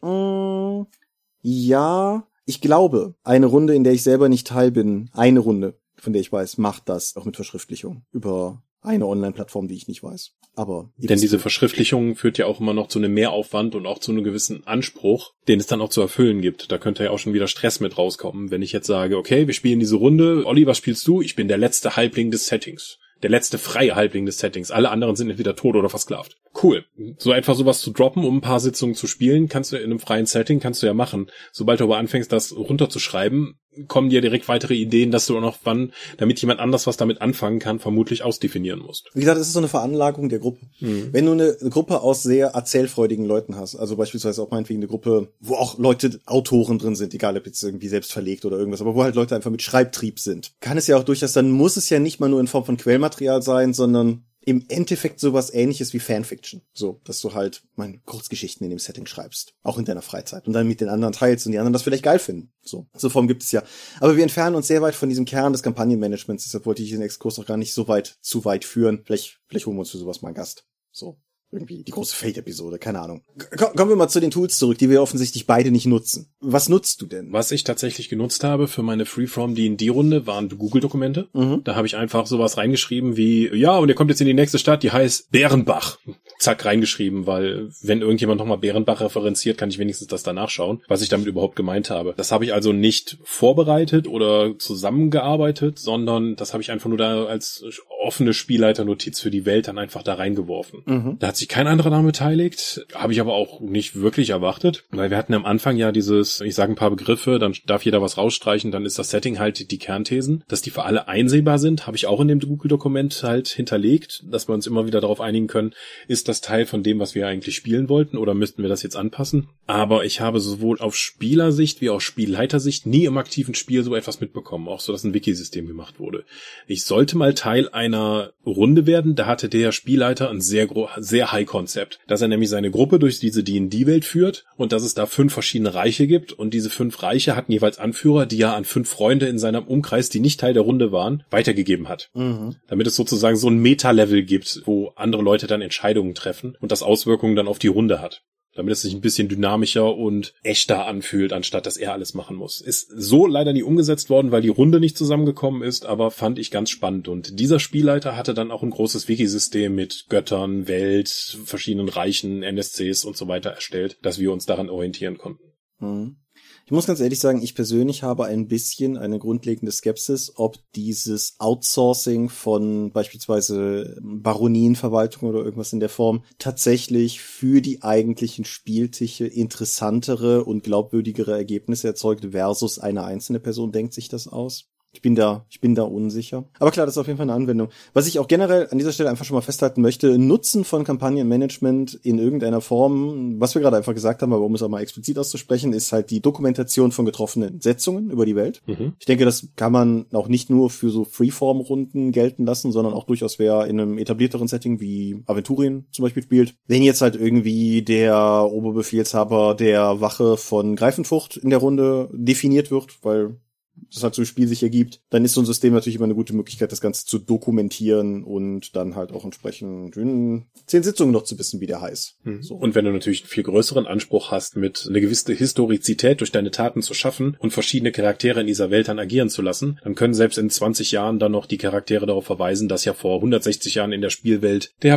Ja, ich glaube, eine Runde, in der ich selber nicht teil bin, eine Runde, von der ich weiß, macht das auch mit Verschriftlichung über eine Online-Plattform, die ich nicht weiß. Aber denn diese Verschriftlichung führt ja auch immer noch zu einem Mehraufwand und auch zu einem gewissen Anspruch, den es dann auch zu erfüllen gibt. Da könnte ja auch schon wieder Stress mit rauskommen, wenn ich jetzt sage, okay, wir spielen diese Runde. Olli, was spielst du? Ich bin der letzte Halbling des Settings. Der letzte freie Halbling des Settings. Alle anderen sind entweder tot oder versklavt. Cool. So einfach sowas zu droppen, um ein paar Sitzungen zu spielen, kannst du in einem freien Setting, kannst du ja machen. Sobald du aber anfängst, das runterzuschreiben, kommen dir direkt weitere Ideen, dass du noch wann, damit jemand anders was damit anfangen kann, vermutlich ausdefinieren musst. Wie gesagt, es ist so eine Veranlagung der Gruppe. Wenn du eine Gruppe aus sehr erzählfreudigen Leuten hast, also beispielsweise auch meinetwegen eine Gruppe, wo auch Leute, Autoren drin sind, egal ob jetzt irgendwie selbst verlegt oder irgendwas, aber wo halt Leute einfach mit Schreibtrieb sind, kann es ja auch durchaus, dann muss es ja nicht mal nur in Form von Quellmaterial sein, sondern im Endeffekt sowas Ähnliches wie Fanfiction. So, dass du halt Kurzgeschichten in dem Setting schreibst. Auch in deiner Freizeit. Und dann mit den anderen teilst und die anderen das vielleicht geil finden. So Form gibt es ja. Aber wir entfernen uns sehr weit von diesem Kern des Kampagnenmanagements. Deshalb wollte ich den Exkurs auch gar nicht zu weit führen. Vielleicht holen wir uns für sowas mal einen Gast. So. Irgendwie die große Fate-Episode, keine Ahnung. Kommen wir mal zu den Tools zurück, die wir offensichtlich beide nicht nutzen. Was nutzt du denn? Was ich tatsächlich genutzt habe für meine Freeform D&D-Runde waren Google-Dokumente. Da habe ich einfach sowas reingeschrieben wie, ja, und ihr kommt jetzt in die nächste Stadt, die heißt Bärenbach. Zack, reingeschrieben, weil wenn irgendjemand nochmal Bärenbach referenziert, kann ich wenigstens das danach schauen, was ich damit überhaupt gemeint habe. Das habe ich also nicht vorbereitet oder zusammengearbeitet, sondern das habe ich einfach nur da als offene Spielleiternotiz für die Welt dann einfach da reingeworfen. Da hat sich kein anderer daran beteiligt, habe ich aber auch nicht wirklich erwartet, weil wir hatten am Anfang ja dieses, ich sage ein paar Begriffe, dann darf jeder was rausstreichen, dann ist das Setting halt die Kernthesen, dass die für alle einsehbar sind, habe ich auch in dem Google-Dokument halt hinterlegt, dass wir uns immer wieder darauf einigen können, ist das Teil von dem, was wir eigentlich spielen wollten oder müssten wir das jetzt anpassen? Aber ich habe sowohl auf Spielersicht wie auch Spielleitersicht nie im aktiven Spiel so etwas mitbekommen, auch so, dass ein Wiki-System gemacht wurde. Ich sollte mal Teil einer Runde werden, da hatte der Spielleiter ein sehr High-Konzept, dass er nämlich seine Gruppe durch diese D&D-Welt führt und dass es da 5 verschiedene Reiche gibt und diese 5 Reiche hatten jeweils Anführer, die er an 5 Freunde in seinem Umkreis, die nicht Teil der Runde waren, weitergegeben hat. Damit es sozusagen so ein Meta-Level gibt, wo andere Leute dann Entscheidungen treffen und das Auswirkungen dann auf die Runde hat. Damit es sich ein bisschen dynamischer und echter anfühlt, anstatt dass er alles machen muss. Ist so leider nie umgesetzt worden, weil die Runde nicht zusammengekommen ist, aber fand ich ganz spannend. Und dieser Spielleiter hatte dann auch ein großes Wiki-System mit Göttern, Welt, verschiedenen Reichen, NSCs und so weiter erstellt, dass wir uns daran orientieren konnten. Ich muss ganz ehrlich sagen, ich persönlich habe ein bisschen eine grundlegende Skepsis, ob dieses Outsourcing von beispielsweise Baronienverwaltung oder irgendwas in der Form tatsächlich für die eigentlichen Spieltische interessantere und glaubwürdigere Ergebnisse erzeugt versus eine einzelne Person denkt sich das aus. Ich bin da unsicher. Aber klar, das ist auf jeden Fall eine Anwendung. Was ich auch generell an dieser Stelle einfach schon mal festhalten möchte, Nutzen von Kampagnenmanagement in irgendeiner Form, was wir gerade einfach gesagt haben, aber um es auch mal explizit auszusprechen, ist halt die Dokumentation von getroffenen Setzungen über die Welt. Ich denke, das kann man auch nicht nur für so Freeform-Runden gelten lassen, sondern auch durchaus, wer in einem etablierteren Setting wie Aventurien zum Beispiel spielt. Wenn jetzt halt irgendwie der Oberbefehlshaber der Wache von Greifenfurcht in der Runde definiert wird, weil das halt so ein Spiel sich ergibt, dann ist so ein System natürlich immer eine gute Möglichkeit, das Ganze zu dokumentieren und dann halt auch entsprechend in 10 Sitzungen noch zu wissen, wie der heißt. So. Und wenn du natürlich einen viel größeren Anspruch hast, mit einer gewissen Historizität durch deine Taten zu schaffen und verschiedene Charaktere in dieser Welt dann agieren zu lassen, dann können selbst in 20 Jahren dann noch die Charaktere darauf verweisen, dass ja vor 160 Jahren in der Spielwelt der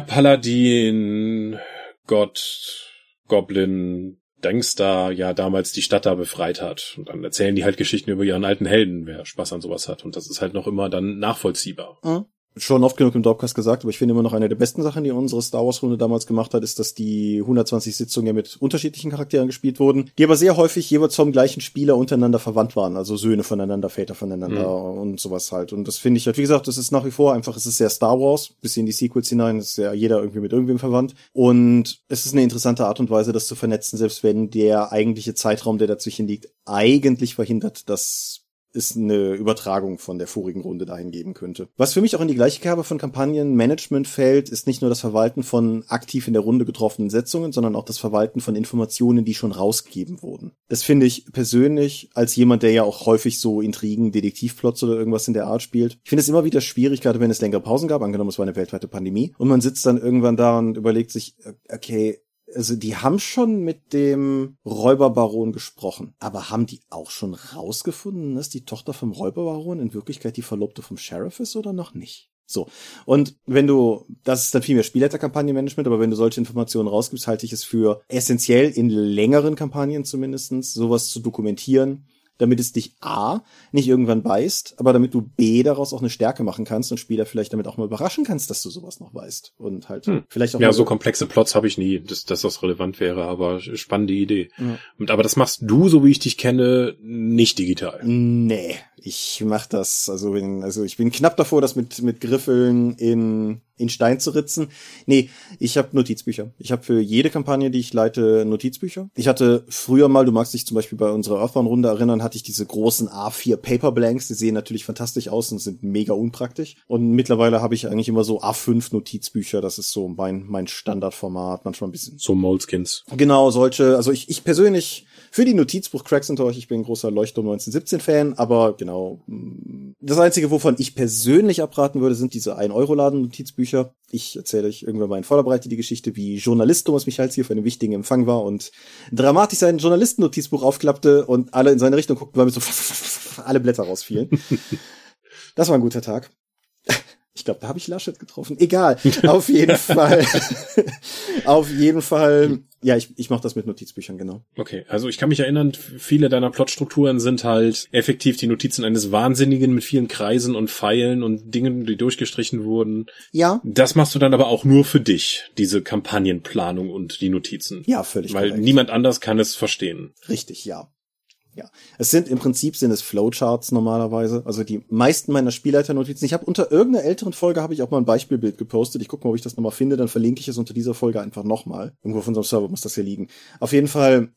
Paladin, Gott, Goblin, Dangster ja damals die Stadt da befreit hat. Und dann erzählen die halt Geschichten über ihren alten Helden, wer Spaß an sowas hat. Und das ist halt noch immer dann nachvollziehbar. Schon oft genug im Dropcast gesagt, aber ich finde immer noch eine der besten Sachen, die unsere Star Wars Runde damals gemacht hat, ist, dass die 120 Sitzungen ja mit unterschiedlichen Charakteren gespielt wurden, die aber sehr häufig jeweils vom gleichen Spieler untereinander verwandt waren, also Söhne voneinander, Väter voneinander und sowas halt. Und das finde ich halt, wie gesagt, das ist nach wie vor einfach, es ist sehr Star Wars, bis in die Sequels hinein, es ist ja jeder irgendwie mit irgendwem verwandt. Und es ist eine interessante Art und Weise, das zu vernetzen, selbst wenn der eigentliche Zeitraum, der dazwischen liegt, eigentlich verhindert, dass es eine Übertragung von der vorigen Runde dahin geben könnte. Was für mich auch in die gleiche Kerbe von Kampagnenmanagement fällt, ist nicht nur das Verwalten von aktiv in der Runde getroffenen Setzungen, sondern auch das Verwalten von Informationen, die schon rausgegeben wurden. Das finde ich persönlich, als jemand, der ja auch häufig so Intrigen, Detektivplots oder irgendwas in der Art spielt, ich finde es immer wieder schwierig, gerade wenn es längere Pausen gab, angenommen es war eine weltweite Pandemie, und man sitzt dann irgendwann da und überlegt sich, okay, also die haben schon mit dem Räuberbaron gesprochen, aber haben die auch schon rausgefunden, dass die Tochter vom Räuberbaron in Wirklichkeit die Verlobte vom Sheriff ist oder noch nicht? So. Und das ist dann viel mehr Spielleiter-Kampagnenmanagement, aber wenn du solche Informationen rausgibst, halte ich es für essentiell, in längeren Kampagnen zumindestens sowas zu dokumentieren, damit es dich A, nicht irgendwann beißt, aber damit du B, daraus auch eine Stärke machen kannst und Spieler vielleicht damit auch mal überraschen kannst, dass du sowas noch weißt. Und halt vielleicht auch ja, so komplexe Plots habe ich nie, dass das relevant wäre, aber spannende Idee. Ja. Aber das machst du, so wie ich dich kenne, nicht digital. Nee, ich mach das, ich bin knapp davor, das mit Griffeln in Stein zu ritzen. Nee, ich habe Notizbücher. Ich habe für jede Kampagne, die ich leite, Notizbücher. Ich hatte früher mal, du magst dich zum Beispiel bei unserer Earthbound-Runde erinnern, hatte ich diese großen A4 Paperblanks, die sehen natürlich fantastisch aus und sind mega unpraktisch. Und mittlerweile habe ich eigentlich immer so A5 Notizbücher, das ist so mein Standardformat, manchmal ein bisschen. So Moleskins. Genau, solche, also ich persönlich, für die Notizbuch-Cracks unter euch, ich bin ein großer Leuchtturm 1917-Fan, aber genau, das Einzige, wovon ich persönlich abraten würde, sind diese 1-Euro-Laden-Notizbücher. Ich erzähle euch irgendwann mal in Vorderbereite die Geschichte, wie Journalist Thomas Michalski auf einem wichtigen Empfang war und dramatisch sein Journalisten-Notizbuch aufklappte und alle in seine Richtung guckten, weil mir so alle Blätter rausfielen. Das war ein guter Tag. Ich glaube, da habe ich Laschet getroffen. Egal, auf jeden Fall. Auf jeden Fall. Ja, ich mache das mit Notizbüchern, genau. Okay, also ich kann mich erinnern, viele deiner Plotstrukturen sind halt effektiv die Notizen eines Wahnsinnigen mit vielen Kreisen und Pfeilen und Dingen, die durchgestrichen wurden. Ja. Das machst du dann aber auch nur für dich, diese Kampagnenplanung und die Notizen. Ja, völlig Weil korrekt. Niemand anders kann es verstehen. Richtig, ja. Ja, im Prinzip sind es Flowcharts normalerweise. Also die meisten meiner Spielleiternotizen. Ich habe unter irgendeiner älteren Folge habe ich auch mal ein Beispielbild gepostet. Ich gucke mal, ob ich das nochmal finde. Dann verlinke ich es unter dieser Folge einfach nochmal. Irgendwo auf unserem Server muss das hier liegen. Auf jeden Fall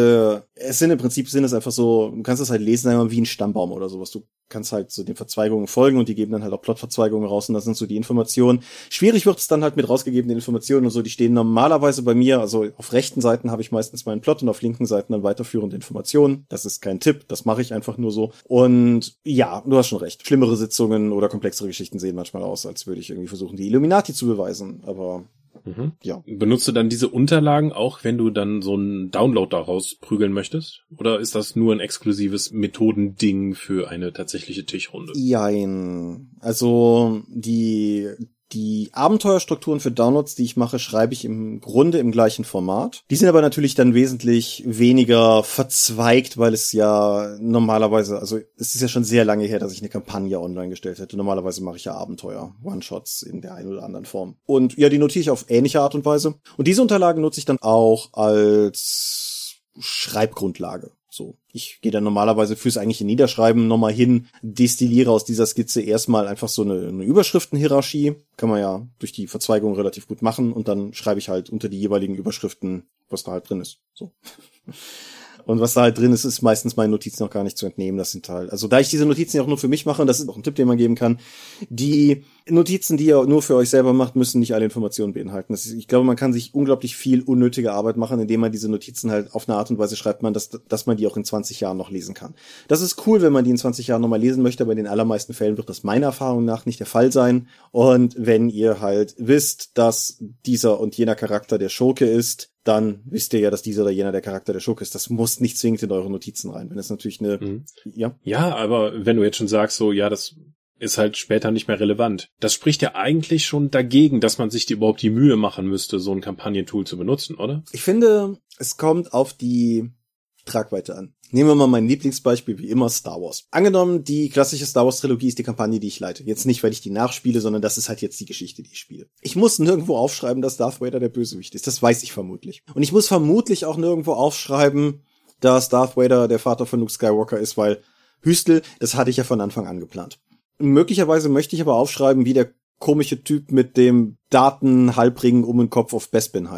im Prinzip sind es einfach so, du kannst das halt lesen, sagen wir mal, wie ein Stammbaum oder sowas. Du kannst halt so den Verzweigungen folgen und die geben dann halt auch Plotverzweigungen raus und das sind so die Informationen. Schwierig wird es dann halt mit rausgegebenen Informationen und so. Die stehen normalerweise bei mir, also auf rechten Seiten habe ich meistens meinen Plot und auf linken Seiten dann weiterführende Informationen. Das ist kein Tipp, das mache ich einfach nur so. Und ja, du hast schon recht. Schlimmere Sitzungen oder komplexere Geschichten sehen manchmal aus, als würde ich irgendwie versuchen, die Illuminati zu beweisen. Aber ja. Benutzt du dann diese Unterlagen auch, wenn du dann so einen Download daraus prügeln möchtest? Oder ist das nur ein exklusives Methodending für eine tatsächliche Tischrunde? Jein. Also die Abenteuerstrukturen für Downloads, die ich mache, schreibe ich im Grunde im gleichen Format. Die sind aber natürlich dann wesentlich weniger verzweigt, weil es ja normalerweise, also es ist ja schon sehr lange her, dass ich eine Kampagne online gestellt hätte. Normalerweise mache ich ja Abenteuer, One-Shots in der einen oder anderen Form. Und ja, die notiere ich auf ähnliche Art und Weise. Und diese Unterlagen nutze ich dann auch als Schreibgrundlage. So, ich gehe dann normalerweise fürs eigentliche Niederschreiben nochmal hin, destilliere aus dieser Skizze erstmal einfach so eine Überschriftenhierarchie. Kann man ja durch die Verzweigung relativ gut machen und dann schreibe ich halt unter die jeweiligen Überschriften, was da halt drin ist. So. Und was da halt drin ist, ist meistens meinen Notizen noch gar nicht zu entnehmen. Das sind halt, also da ich diese Notizen ja auch nur für mich mache, und das ist auch ein Tipp, den man geben kann, die Notizen, die ihr nur für euch selber macht, müssen nicht alle Informationen beinhalten. Ich glaube, man kann sich unglaublich viel unnötige Arbeit machen, indem man diese Notizen halt auf eine Art und Weise schreibt, dass man die auch in 20 Jahren noch lesen kann. Das ist cool, wenn man die in 20 Jahren nochmal lesen möchte, aber in den allermeisten Fällen wird das meiner Erfahrung nach nicht der Fall sein. Und wenn ihr halt wisst, dass dieser und jener Charakter der Schurke ist, dann wisst ihr ja, dass dieser oder jener der Charakter der Schurke ist. Das muss nicht zwingend in eure Notizen rein. Wenn es natürlich ja. Ja, aber wenn du jetzt schon sagst, so, ja, das ist halt später nicht mehr relevant. Das spricht ja eigentlich schon dagegen, dass man sich überhaupt die Mühe machen müsste, so ein Kampagnentool zu benutzen, oder? Ich finde, es kommt auf die Tragweite an. Nehmen wir mal mein Lieblingsbeispiel, wie immer, Star Wars. Angenommen, die klassische Star Wars Trilogie ist die Kampagne, die ich leite. Jetzt nicht, weil ich die nachspiele, sondern das ist halt jetzt die Geschichte, die ich spiele. Ich muss nirgendwo aufschreiben, dass Darth Vader der Bösewicht ist. Das weiß ich vermutlich. Und ich muss vermutlich auch nirgendwo aufschreiben, dass Darth Vader der Vater von Luke Skywalker ist, weil Hüstel, das hatte ich ja von Anfang an geplant. Möglicherweise möchte ich aber aufschreiben, wie der komische Typ mit dem Datenhalbring um den Kopf auf Bespin heißt.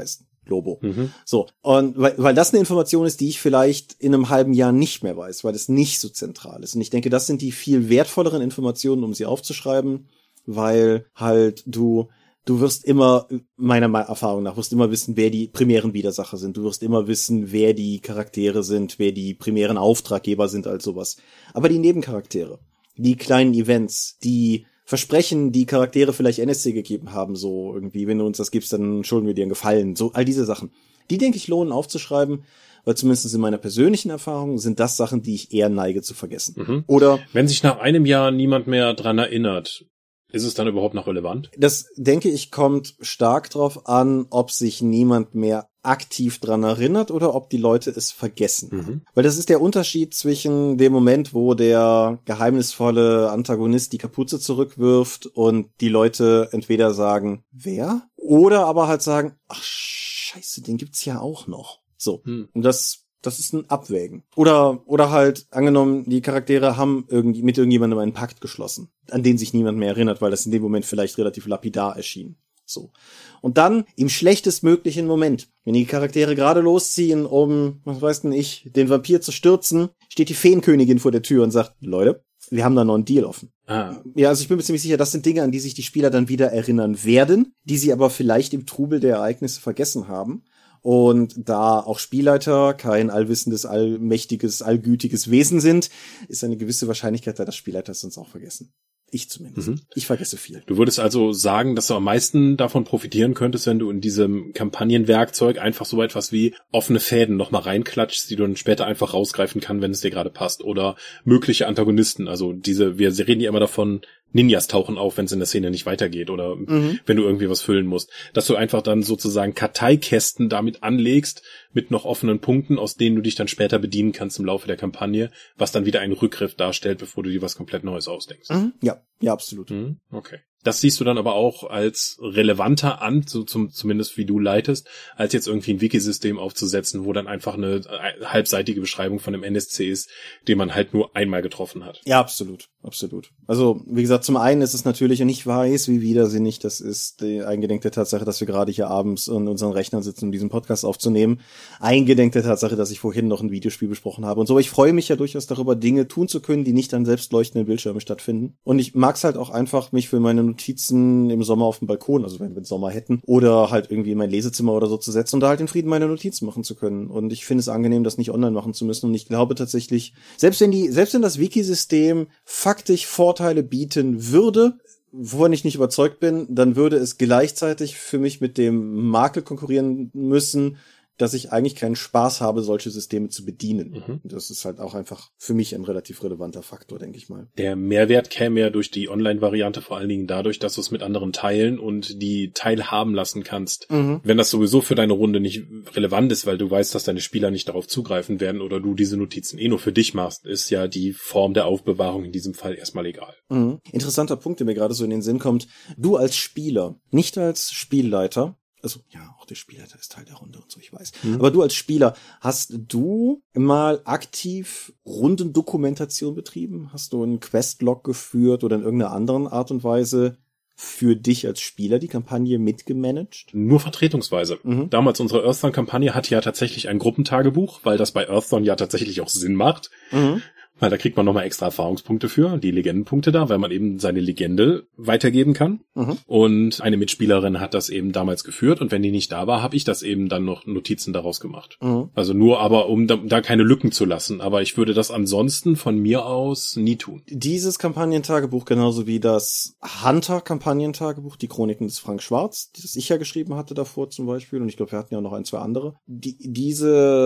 Lobo. So. Und weil das eine Information ist, die ich vielleicht in einem halben Jahr nicht mehr weiß, weil es nicht so zentral ist. Und ich denke, das sind die viel wertvolleren Informationen, um sie aufzuschreiben, weil halt du wirst immer, meiner Erfahrung nach, wirst immer wissen, wer die primären Widersacher sind. Du wirst immer wissen, wer die Charaktere sind, wer die primären Auftraggeber sind, als sowas. Aber die Nebencharaktere, die kleinen Events, die Versprechen, die Charaktere vielleicht NSC gegeben haben, so irgendwie, wenn du uns das gibst, dann schulden wir dir einen Gefallen. So, all diese Sachen. Die, denke ich, lohnen aufzuschreiben, weil zumindest in meiner persönlichen Erfahrung sind das Sachen, die ich eher neige zu vergessen. Oder wenn sich nach einem Jahr niemand mehr dran erinnert, ist es dann überhaupt noch relevant? Das, denke ich, kommt stark drauf an, ob sich niemand mehr aktiv dran erinnert oder ob die Leute es vergessen. Weil das ist der Unterschied zwischen dem Moment, wo der geheimnisvolle Antagonist die Kapuze zurückwirft und die Leute entweder sagen, wer? Oder aber halt sagen, ach scheiße, den gibt's ja auch noch. So. Und das ist ein Abwägen. Oder halt, angenommen, die Charaktere haben mit irgendjemandem einen Pakt geschlossen, an den sich niemand mehr erinnert, weil das in dem Moment vielleicht relativ lapidar erschien. So. Und dann, im schlechtestmöglichen Moment, wenn die Charaktere gerade losziehen, um, was weiß denn ich, den Vampir zu stürzen, steht die Feenkönigin vor der Tür und sagt, Leute, wir haben da noch einen Deal offen. Ja, also ich bin mir ziemlich sicher, das sind Dinge, an die sich die Spieler dann wieder erinnern werden, die sie aber vielleicht im Trubel der Ereignisse vergessen haben. Und da auch Spielleiter kein allwissendes, allmächtiges, allgütiges Wesen sind, ist eine gewisse Wahrscheinlichkeit da, dass Spielleiter es uns auch vergessen. Ich zumindest. Ich vergesse viel. Du würdest also sagen, dass du am meisten davon profitieren könntest, wenn du in diesem Kampagnenwerkzeug einfach so etwas wie offene Fäden nochmal reinklatschst, die du dann später einfach rausgreifen kannst, wenn es dir gerade passt. Oder mögliche Antagonisten. Also wir reden ja immer davon, Ninjas tauchen auf, wenn es in der Szene nicht weitergeht oder wenn du irgendwie was füllen musst. Dass du einfach dann sozusagen Karteikästen damit anlegst mit noch offenen Punkten, aus denen du dich dann später bedienen kannst im Laufe der Kampagne, was dann wieder einen Rückgriff darstellt, bevor du dir was komplett Neues ausdenkst. Ja, absolut. Okay. Das siehst du dann aber auch als relevanter an, zumindest wie du leitest, als jetzt irgendwie ein Wikisystem aufzusetzen, wo dann einfach eine halbseitige Beschreibung von einem NSC ist, den man halt nur einmal getroffen hat. Ja, absolut. Also, wie gesagt, zum einen ist es natürlich, und ich weiß, wie widersinnig das ist, eingedenk der Tatsache, dass wir gerade hier abends an unseren Rechnern sitzen, um diesen Podcast aufzunehmen, eingedenk der Tatsache, dass ich vorhin noch ein Videospiel besprochen habe und so. Ich freue mich ja durchaus darüber, Dinge tun zu können, die nicht an selbstleuchtenden Bildschirmen stattfinden. Und ich mag es halt auch einfach, mich für meine Notizen im Sommer auf dem Balkon, also wenn wir Sommer hätten, oder halt irgendwie in mein Lesezimmer oder so zu setzen und da halt in Frieden meine Notizen machen zu können. Und ich finde es angenehm, das nicht online machen zu müssen. Und ich glaube tatsächlich, selbst wenn das Wikisystem faktisch Vorteile bieten würde, wovon ich nicht überzeugt bin, dann würde es gleichzeitig für mich mit dem Makel konkurrieren müssen, dass ich eigentlich keinen Spaß habe, solche Systeme zu bedienen. Das ist halt auch einfach für mich ein relativ relevanter Faktor, denke ich mal. Der Mehrwert käme ja durch die Online-Variante vor allen Dingen dadurch, dass du es mit anderen teilen und die teilhaben lassen kannst. Wenn das sowieso für deine Runde nicht relevant ist, weil du weißt, dass deine Spieler nicht darauf zugreifen werden oder du diese Notizen nur für dich machst, ist ja die Form der Aufbewahrung in diesem Fall erstmal egal. Interessanter Punkt, der mir gerade so in den Sinn kommt. Du als Spieler, nicht als Spielleiter, also ja, auch der Spielleiter ist Teil der Runde und so, ich weiß. Aber du als Spieler, hast du mal aktiv Rundendokumentation betrieben? Hast du einen Questlog geführt oder in irgendeiner anderen Art und Weise für dich als Spieler die Kampagne mitgemanagt? Nur vertretungsweise. Damals unsere Earthdawn-Kampagne hatte ja tatsächlich ein Gruppentagebuch, weil das bei Earthdawn ja tatsächlich auch Sinn macht. Weil da kriegt man nochmal extra Erfahrungspunkte für, die Legendenpunkte da, weil man eben seine Legende weitergeben kann. Und eine Mitspielerin hat das eben damals geführt und wenn die nicht da war, habe ich das eben dann noch Notizen daraus gemacht. Also nur aber, um da keine Lücken zu lassen. Aber ich würde das ansonsten von mir aus nie tun. Dieses Kampagnentagebuch, genauso wie das Hunter-Kampagnentagebuch, die Chroniken des Frank Schwarz, das ich ja geschrieben hatte davor zum Beispiel, und ich glaube, wir hatten ja noch ein, zwei andere, die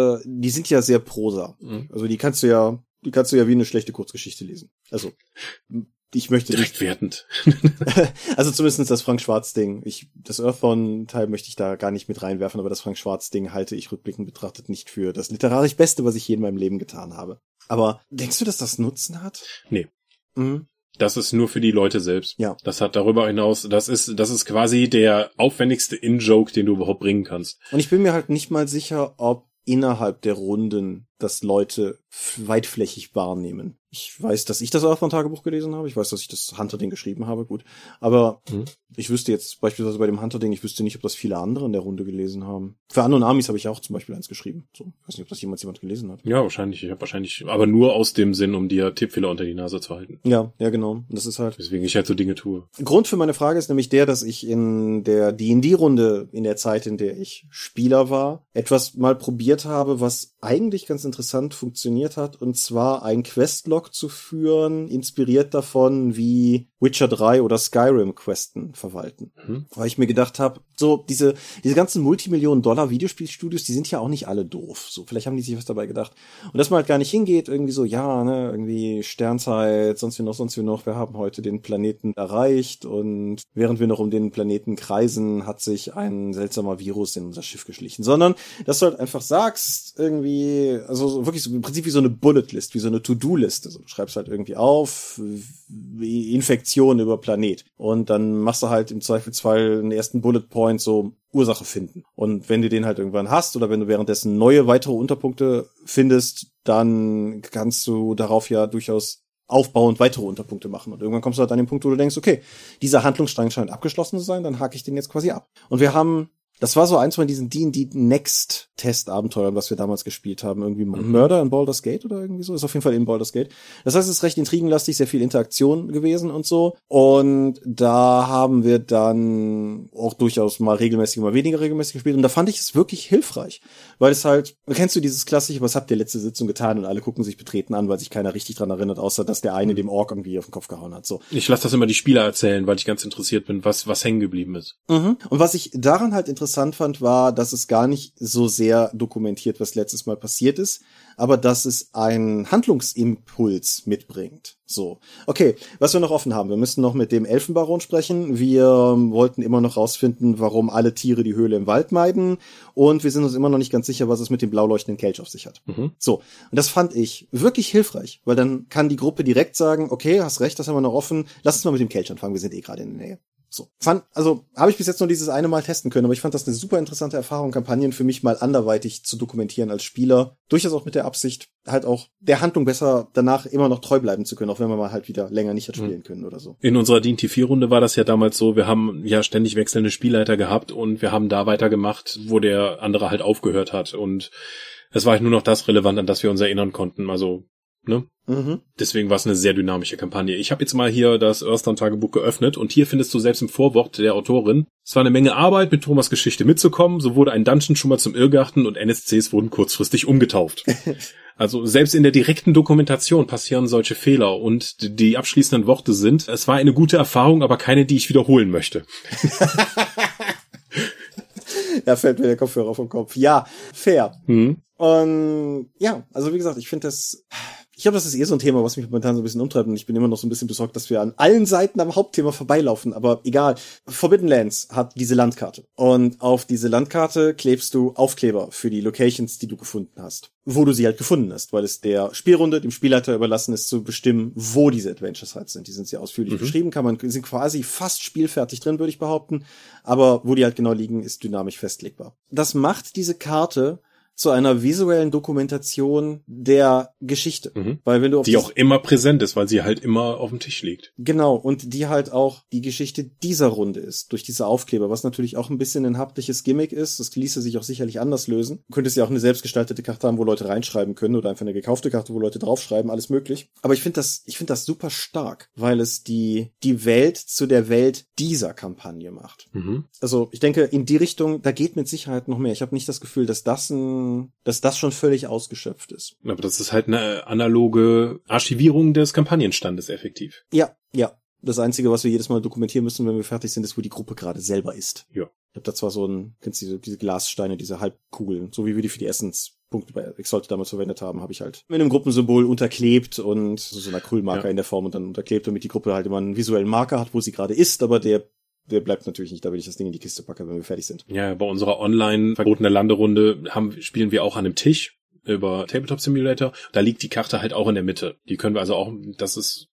sind ja sehr Prosa. Also die kannst du ja wie eine schlechte Kurzgeschichte lesen. Also, ich möchte direkt nicht wertend. Also zumindest das Frank Schwarz-Ding. Das Earthdawn-Teil möchte ich da gar nicht mit reinwerfen, aber das Frank Schwarz-Ding halte ich rückblickend betrachtet nicht für das literarisch Beste, was ich je in meinem Leben getan habe. Aber denkst du, dass das Nutzen hat? Nee. Das ist nur für die Leute selbst. Ja. Das hat darüber hinaus, das ist quasi der aufwendigste In-Joke, den du überhaupt bringen kannst. Und ich bin mir halt nicht mal sicher, ob innerhalb der Runden das Leute weitflächig wahrnehmen. Ich weiß, dass ich das Earthbound-Tagebuch gelesen habe. Ich weiß, dass ich das Hunter-Ding geschrieben habe, gut. Aber ich wüsste jetzt beispielsweise bei dem Hunter-Ding, ich wüsste nicht, ob das viele andere in der Runde gelesen haben. Für Unknown Armies habe ich auch zum Beispiel eins geschrieben. So, ich weiß nicht, ob das jemand gelesen hat. Ja, wahrscheinlich. Ich habe wahrscheinlich, aber nur aus dem Sinn, um dir Tippfehler unter die Nase zu halten. Ja, genau. Das ist halt... Deswegen ich halt so Dinge tue. Grund für meine Frage ist nämlich der, dass ich in der D&D-Runde, in der Zeit, in der ich Spieler war, etwas mal probiert habe, was eigentlich ganz interessant funktioniert hat, und zwar ein Questlog zu führen, inspiriert davon, wie Witcher 3 oder Skyrim Questen verwalten. Weil ich mir gedacht habe, so diese ganzen Multimillionen-Dollar Videospielstudios, die sind ja auch nicht alle doof. So, vielleicht haben die sich was dabei gedacht. Und dass man halt gar nicht hingeht, irgendwie so, ja, ne, irgendwie Sternzeit, sonst wie noch, wir haben heute den Planeten erreicht, und während wir noch um den Planeten kreisen, hat sich ein seltsamer Virus in unser Schiff geschlichen. Sondern, dass du halt einfach sagst, irgendwie, also wirklich so im Prinzip wie so eine Bulletlist, wie so eine To-Do-Liste. Also du schreibst halt irgendwie auf, Infektion über Planet. Und dann machst du halt im Zweifelsfall einen ersten Bullet Point, so Ursache finden. Und wenn du den halt irgendwann hast oder wenn du währenddessen neue weitere Unterpunkte findest, dann kannst du darauf ja durchaus aufbauend weitere Unterpunkte machen. Und irgendwann kommst du halt an den Punkt, wo du denkst, okay, dieser Handlungsstrang scheint abgeschlossen zu sein, dann hake ich den jetzt quasi ab. Und wir haben, das war so eins von diesen D&D Next Test-Abenteuern, was wir damals gespielt haben. Irgendwie Murder in Baldur's Gate oder irgendwie so. Ist auf jeden Fall in Baldur's Gate. Das heißt, es ist recht intrigenlastig, sehr viel Interaktion gewesen und so. Und da haben wir dann auch durchaus mal regelmäßig, mal weniger regelmäßig gespielt. Und da fand ich es wirklich hilfreich. Weil es halt, kennst du dieses klassische, was habt ihr letzte Sitzung getan? Und alle gucken sich betreten an, weil sich keiner richtig dran erinnert, außer dass der eine dem Ork irgendwie auf den Kopf gehauen hat. So. Ich lasse das immer die Spieler erzählen, weil ich ganz interessiert bin, was hängen geblieben ist. Und was ich daran halt interessant fand, war, dass es gar nicht so sehr dokumentiert, was letztes Mal passiert ist, aber dass es einen Handlungsimpuls mitbringt. So. Okay, was wir noch offen haben. Wir müssen noch mit dem Elfenbaron sprechen. Wir wollten immer noch rausfinden, warum alle Tiere die Höhle im Wald meiden. Und wir sind uns immer noch nicht ganz sicher, was es mit dem blau leuchtenden Kelch auf sich hat. So. Und das fand ich wirklich hilfreich, weil dann kann die Gruppe direkt sagen, okay, hast recht, das haben wir noch offen. Lass uns mal mit dem Kelch anfangen. Wir sind eh gerade in der Nähe. So. Habe ich bis jetzt nur dieses eine Mal testen können, aber ich fand das eine super interessante Erfahrung, Kampagnen für mich mal anderweitig zu dokumentieren als Spieler. Durchaus auch mit der Absicht, halt auch der Handlung besser danach immer noch treu bleiben zu können, auch wenn man mal halt wieder länger nicht hat spielen können oder so. In unserer D&T 4-Runde war das ja damals so, wir haben ja ständig wechselnde Spielleiter gehabt und wir haben da weitergemacht, wo der andere halt aufgehört hat. Und es war halt nur noch das relevant, an das wir uns erinnern konnten. Also, ne? Deswegen war es eine sehr dynamische Kampagne. Ich habe jetzt mal hier das Earthbound-Tagebuch geöffnet und hier findest du selbst im Vorwort der Autorin: Es war eine Menge Arbeit, mit Thomas' Geschichte mitzukommen. So wurde ein Dungeon schon mal zum Irrgarten und NSCs wurden kurzfristig umgetauft. Also selbst in der direkten Dokumentation passieren solche Fehler und die abschließenden Worte sind: Es war eine gute Erfahrung, aber keine, die ich wiederholen möchte. Da fällt mir der Kopfhörer vom Kopf. Ja, fair. Und ja, also wie gesagt, ich finde das... Ich glaube, das ist so ein Thema, was mich momentan so ein bisschen umtreibt, und ich bin immer noch so ein bisschen besorgt, dass wir an allen Seiten am Hauptthema vorbeilaufen, aber egal. Forbidden Lands hat diese Landkarte, und auf diese Landkarte klebst du Aufkleber für die Locations, die du gefunden hast, wo du sie halt gefunden hast, weil es der Spielrunde, dem Spielleiter überlassen ist, zu bestimmen, wo diese Adventures halt sind. Die sind sehr ausführlich beschrieben, sind quasi fast spielfertig drin, würde ich behaupten, aber wo die halt genau liegen, ist dynamisch festlegbar. Das macht diese Karte zu einer visuellen Dokumentation der Geschichte. Weil wenn du auf die auch immer präsent ist, weil sie halt immer auf dem Tisch liegt. Genau, und die halt auch die Geschichte dieser Runde ist, durch diese Aufkleber, was natürlich auch ein bisschen ein haptisches Gimmick ist. Das ließe sich auch sicherlich anders lösen. Du könntest ja auch eine selbstgestaltete Karte haben, wo Leute reinschreiben können, oder einfach eine gekaufte Karte, wo Leute draufschreiben, alles möglich. Aber ich finde das super stark, weil es die Welt zu der Welt dieser Kampagne macht. Also ich denke, in die Richtung, da geht mit Sicherheit noch mehr. Ich habe nicht das Gefühl, dass das schon völlig ausgeschöpft ist. Aber das ist halt eine analoge Archivierung des Kampagnenstandes effektiv. Ja. Das Einzige, was wir jedes Mal dokumentieren müssen, wenn wir fertig sind, ist, wo die Gruppe gerade selber ist. Ja. Ich habe da zwar kennst du diese Glassteine, diese Halbkugeln, so wie wir die für die Essenspunkte bei Exalted damals verwendet haben, habe ich halt mit einem Gruppensymbol unterklebt und so einer Acrylmarker in der Form und dann unterklebt, damit die Gruppe halt immer einen visuellen Marker hat, wo sie gerade ist, aber der bleibt natürlich nicht da, wenn ich das Ding in die Kiste packe, wenn wir fertig sind. Ja, bei unserer online verbotene Landerunde spielen wir auch an einem Tisch über Tabletop Simulator. Da liegt die Karte halt auch in der Mitte. Die können wir also auch, das ist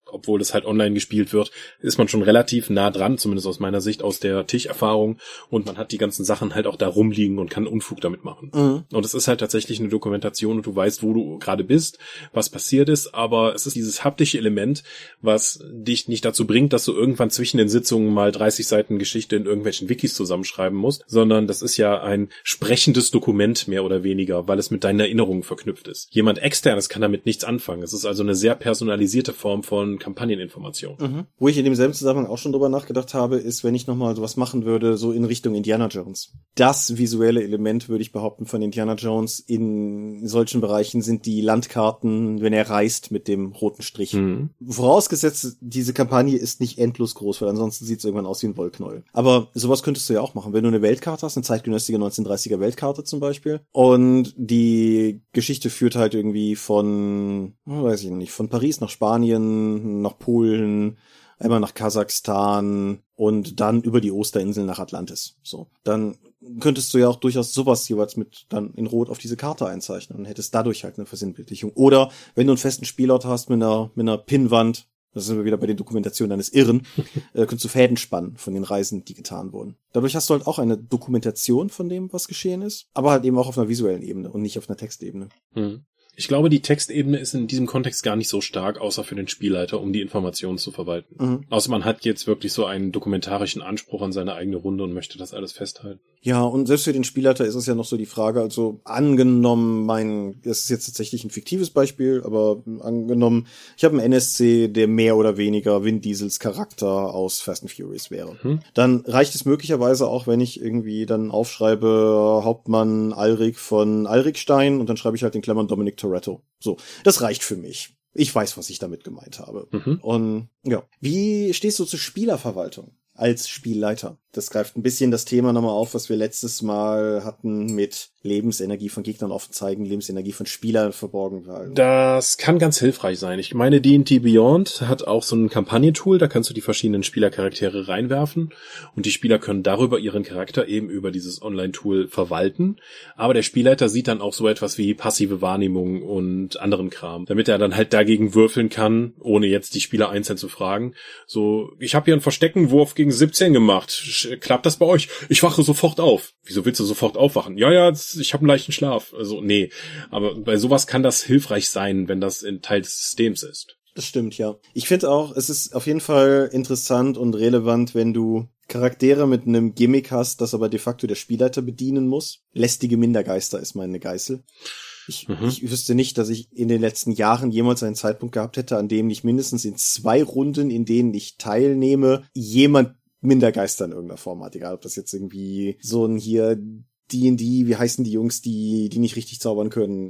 obwohl das halt online gespielt wird, ist man schon relativ nah dran, zumindest aus meiner Sicht, aus der Tischerfahrung, und man hat die ganzen Sachen halt auch da rumliegen und kann Unfug damit machen. Und es ist halt tatsächlich eine Dokumentation und du weißt, wo du gerade bist, was passiert ist, aber es ist dieses haptische Element, was dich nicht dazu bringt, dass du irgendwann zwischen den Sitzungen mal 30 Seiten Geschichte in irgendwelchen Wikis zusammenschreiben musst, sondern das ist ja ein sprechendes Dokument mehr oder weniger, weil es mit deinen Erinnerungen verknüpft ist. Jemand Externes kann damit nichts anfangen. Es ist also eine sehr personalisierte Form von Kampagneninformation. Wo ich in demselben Zusammenhang auch schon drüber nachgedacht habe, ist, wenn ich nochmal sowas machen würde, so in Richtung Indiana Jones. Das visuelle Element, würde ich behaupten, von Indiana Jones in solchen Bereichen sind die Landkarten, wenn er reist mit dem roten Strich. Vorausgesetzt, diese Kampagne ist nicht endlos groß, weil ansonsten sieht es irgendwann aus wie ein Wollknäuel. Aber sowas könntest du ja auch machen. Wenn du eine Weltkarte hast, eine zeitgenössische 1930er Weltkarte zum Beispiel, und die Geschichte führt halt irgendwie von, weiß ich nicht, von Paris nach Spanien, nach Polen, einmal nach Kasachstan und dann über die Osterinseln nach Atlantis. So, dann könntest du ja auch durchaus sowas jeweils mit dann in Rot auf diese Karte einzeichnen und hättest dadurch halt eine Versinnbildlichung. Oder wenn du einen festen Spielort hast mit einer Pinnwand, das sind wir wieder bei den Dokumentationen eines Irren, könntest du Fäden spannen von den Reisen, die getan wurden. Dadurch hast du halt auch eine Dokumentation von dem, was geschehen ist, aber halt eben auch auf einer visuellen Ebene und nicht auf einer Textebene. Ich glaube, die Textebene ist in diesem Kontext gar nicht so stark, außer für den Spielleiter, um die Informationen zu verwalten. Außer man hat jetzt wirklich so einen dokumentarischen Anspruch an seine eigene Runde und möchte das alles festhalten. Ja, und selbst für den Spielleiter ist es ja noch so die Frage, also angenommen, das ist jetzt tatsächlich ein fiktives Beispiel, aber angenommen, ich habe einen NSC, der mehr oder weniger Vin Diesels Charakter aus Fast and Furious wäre. Dann reicht es möglicherweise auch, wenn ich irgendwie dann aufschreibe Hauptmann Alrik von Alrikstein und dann schreibe ich halt in Klammern Dominic Toretto. So, das reicht für mich. Ich weiß, was ich damit gemeint habe. Und ja, wie stehst du zur Spielerverwaltung als Spielleiter? Das greift ein bisschen das Thema nochmal auf, was wir letztes Mal hatten mit Lebensenergie von Gegnern offen zeigen, Lebensenergie von Spielern verborgen halten. Das kann ganz hilfreich sein. Ich meine, D&D Beyond hat auch so ein Kampagnentool, da kannst du die verschiedenen Spielercharaktere reinwerfen und die Spieler können darüber ihren Charakter eben über dieses Online-Tool verwalten. Aber der Spielleiter sieht dann auch so etwas wie passive Wahrnehmung und anderen Kram, damit er dann halt dagegen würfeln kann, ohne jetzt die Spieler einzeln zu fragen. So, ich habe hier einen Versteckenwurf gegen 17 gemacht. Klappt das bei euch? Ich wache sofort auf. Wieso willst du sofort aufwachen? Ja, ich habe einen leichten Schlaf. Also, nee. Aber bei sowas kann das hilfreich sein, wenn das ein Teil des Systems ist. Das stimmt, ja. Ich finde auch, es ist auf jeden Fall interessant und relevant, wenn du Charaktere mit einem Gimmick hast, das aber de facto der Spielleiter bedienen muss. Lästige Mindergeister ist meine Geißel. Ich wüsste nicht, dass ich in den letzten Jahren jemals einen Zeitpunkt gehabt hätte, an dem nicht mindestens in 2 Runden, in denen ich teilnehme, jemand Mindergeister in irgendeiner Form hat. Egal, ob das jetzt irgendwie so ein hier D&D, wie heißen die Jungs, die nicht richtig zaubern können?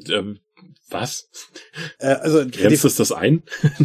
Was? Also grenzt es das ein?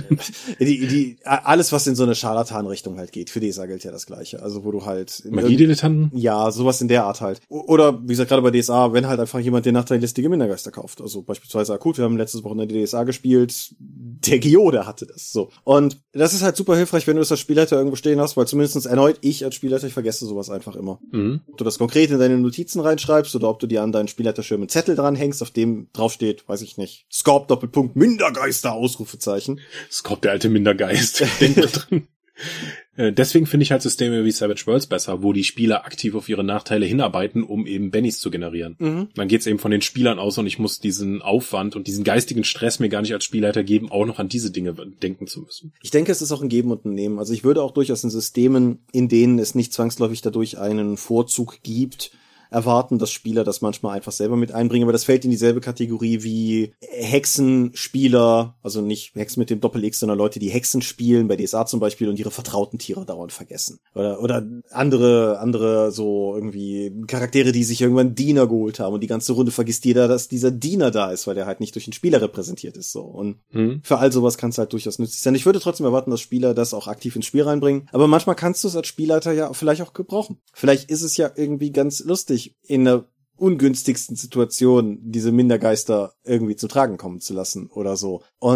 Alles, was in so eine Scharlatan-Richtung halt geht. Für DSA gilt ja das Gleiche. Also wo du halt Magiedilettanten? Ja, sowas in der Art halt. Oder wie gesagt, gerade bei DSA, wenn halt einfach jemand den Nachteil listige Mindergeister kauft. Also beispielsweise akut, wir haben letztes Wochenende DSA gespielt, der Geode hatte das. So. Und das ist halt super hilfreich, wenn du das als Spielleiter irgendwo stehen hast, weil zumindest erneut ich als Spielleiter, ich vergesse sowas einfach immer. Ob du das konkret in deine Notizen reinschreibst oder ob du dir an deinen Spielleiterschirm einen Zettel dranhängst, auf dem draufsteht, weiß ich nicht, Scorp Doppelpunkt Mindergeister Ausrufezeichen. Scorp, der alte Mindergeist. drin. Deswegen finde ich halt Systeme wie Savage Worlds besser, wo die Spieler aktiv auf ihre Nachteile hinarbeiten, um eben Bennies zu generieren. Dann geht's eben von den Spielern aus und ich muss diesen Aufwand und diesen geistigen Stress mir gar nicht als Spielleiter geben, auch noch an diese Dinge denken zu müssen. Ich denke, es ist auch ein Geben und ein Nehmen. Also ich würde auch durchaus in Systemen, in denen es nicht zwangsläufig dadurch einen Vorzug gibt, erwarten, dass Spieler das manchmal einfach selber mit einbringen, aber das fällt in dieselbe Kategorie wie Hexenspieler, also nicht Hexen mit dem Doppel-X, sondern Leute, die Hexen spielen, bei DSA zum Beispiel, und ihre vertrauten Tiere dauernd vergessen. Oder andere so irgendwie Charaktere, die sich irgendwann Diener geholt haben und die ganze Runde vergisst jeder, dass dieser Diener da ist, weil der halt nicht durch den Spieler repräsentiert ist, so. Und für all sowas kann es halt durchaus nützlich sein. Ich würde trotzdem erwarten, dass Spieler das auch aktiv ins Spiel reinbringen, aber manchmal kannst du es als Spielleiter ja vielleicht auch gebrauchen. Vielleicht ist es ja irgendwie ganz lustig, in einer ungünstigsten Situation diese Mindergeister irgendwie zu tragen kommen zu lassen oder so. Und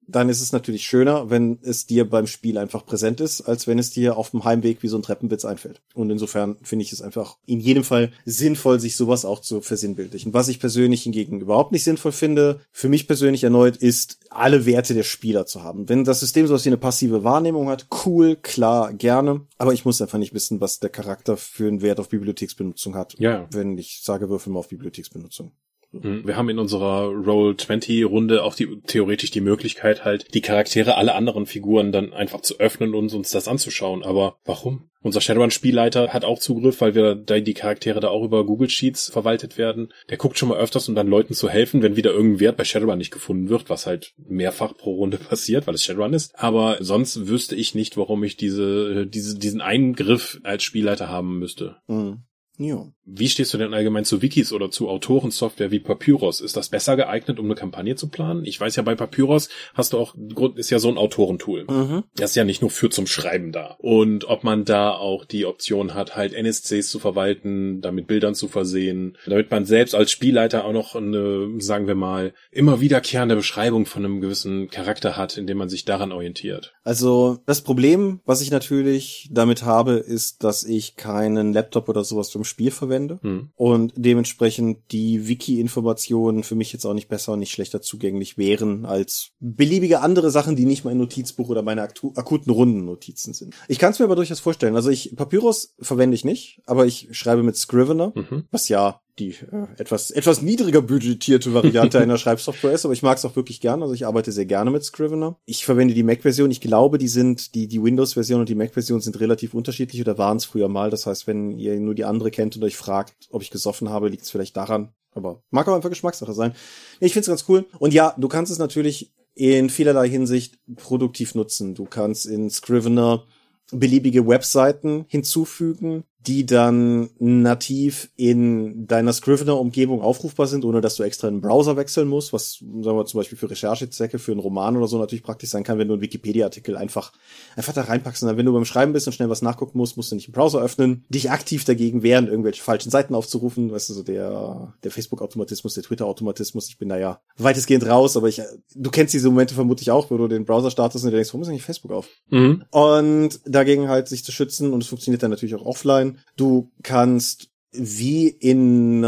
dann ist es natürlich schöner, wenn es dir beim Spiel einfach präsent ist, als wenn es dir auf dem Heimweg wie so ein Treppenwitz einfällt. Und insofern finde ich es einfach in jedem Fall sinnvoll, sich sowas auch zu versinnbildlichen. Was ich persönlich hingegen überhaupt nicht sinnvoll finde, für mich persönlich erneut, ist, alle Werte der Spieler zu haben. Wenn das System sowas wie eine passive Wahrnehmung hat, cool, klar, gerne, aber ich muss einfach nicht wissen, was der Charakter für einen Wert auf Bibliotheksbenutzung hat, wenn ich sage, würfel mal auf Bibliotheksbenutzung. Wir haben in unserer Roll-20-Runde auch theoretisch die Möglichkeit, halt die Charaktere aller anderen Figuren dann einfach zu öffnen und uns das anzuschauen. Aber warum? Unser Shadowrun-Spielleiter hat auch Zugriff, weil die Charaktere da auch über Google Sheets verwaltet werden. Der guckt schon mal öfters, um dann Leuten zu helfen, wenn wieder irgendein Wert bei Shadowrun nicht gefunden wird, was halt mehrfach pro Runde passiert, weil es Shadowrun ist. Aber sonst wüsste ich nicht, warum ich diesen Eingriff als Spielleiter haben müsste. Mhm. Ja. Wie stehst du denn allgemein zu Wikis oder zu Autorensoftware wie Papyrus? Ist das besser geeignet, um eine Kampagne zu planen? Ich weiß ja, bei Papyrus ist ja so ein Autorentool. Mhm. Das ist ja nicht nur zum Schreiben da. Und ob man da auch die Option hat, halt NSCs zu verwalten, damit Bildern zu versehen, damit man selbst als Spielleiter auch noch eine, sagen wir mal, immer wiederkehrende Beschreibung von einem gewissen Charakter hat, indem man sich daran orientiert. Also das Problem, was ich natürlich damit habe, ist, dass ich keinen Laptop oder sowas zum Spiel verwende und dementsprechend die Wiki-Informationen für mich jetzt auch nicht besser und nicht schlechter zugänglich wären als beliebige andere Sachen, die nicht mein Notizbuch oder meine akuten Rundennotizen sind. Ich kann es mir aber durchaus vorstellen. Also Papyrus verwende ich nicht, aber ich schreibe mit Scrivener, was ja die etwas niedriger budgetierte Variante einer Schreibsoftware ist, aber ich mag es auch wirklich gern. Also ich arbeite sehr gerne mit Scrivener. Ich verwende die Mac-Version. Ich glaube, die Windows-Version und die Mac-Version sind relativ unterschiedlich oder waren es früher mal. Das heißt, wenn ihr nur die andere kennt und euch fragt, ob ich gesoffen habe, liegt es vielleicht daran. Aber mag auch einfach Geschmackssache sein. Ich finde es ganz cool. Und ja, du kannst es natürlich in vielerlei Hinsicht produktiv nutzen. Du kannst in Scrivener beliebige Webseiten hinzufügen, die dann nativ in deiner Scrivener-Umgebung aufrufbar sind, ohne dass du extra einen Browser wechseln musst, was, sagen wir zum Beispiel für Recherchezwecke, für einen Roman oder so natürlich praktisch sein kann, wenn du einen Wikipedia-Artikel einfach da reinpackst. Und dann, wenn du beim Schreiben bist und schnell was nachgucken musst du nicht einen Browser öffnen, dich aktiv dagegen wehren, irgendwelche falschen Seiten aufzurufen, weißt du, so der Facebook-Automatismus, der Twitter-Automatismus, ich bin da ja weitestgehend raus, aber du kennst diese Momente vermutlich auch, wo du den Browser startest und du denkst, warum ist eigentlich Facebook auf? Und dagegen halt sich zu schützen, und es funktioniert dann natürlich auch offline. Du kannst wie in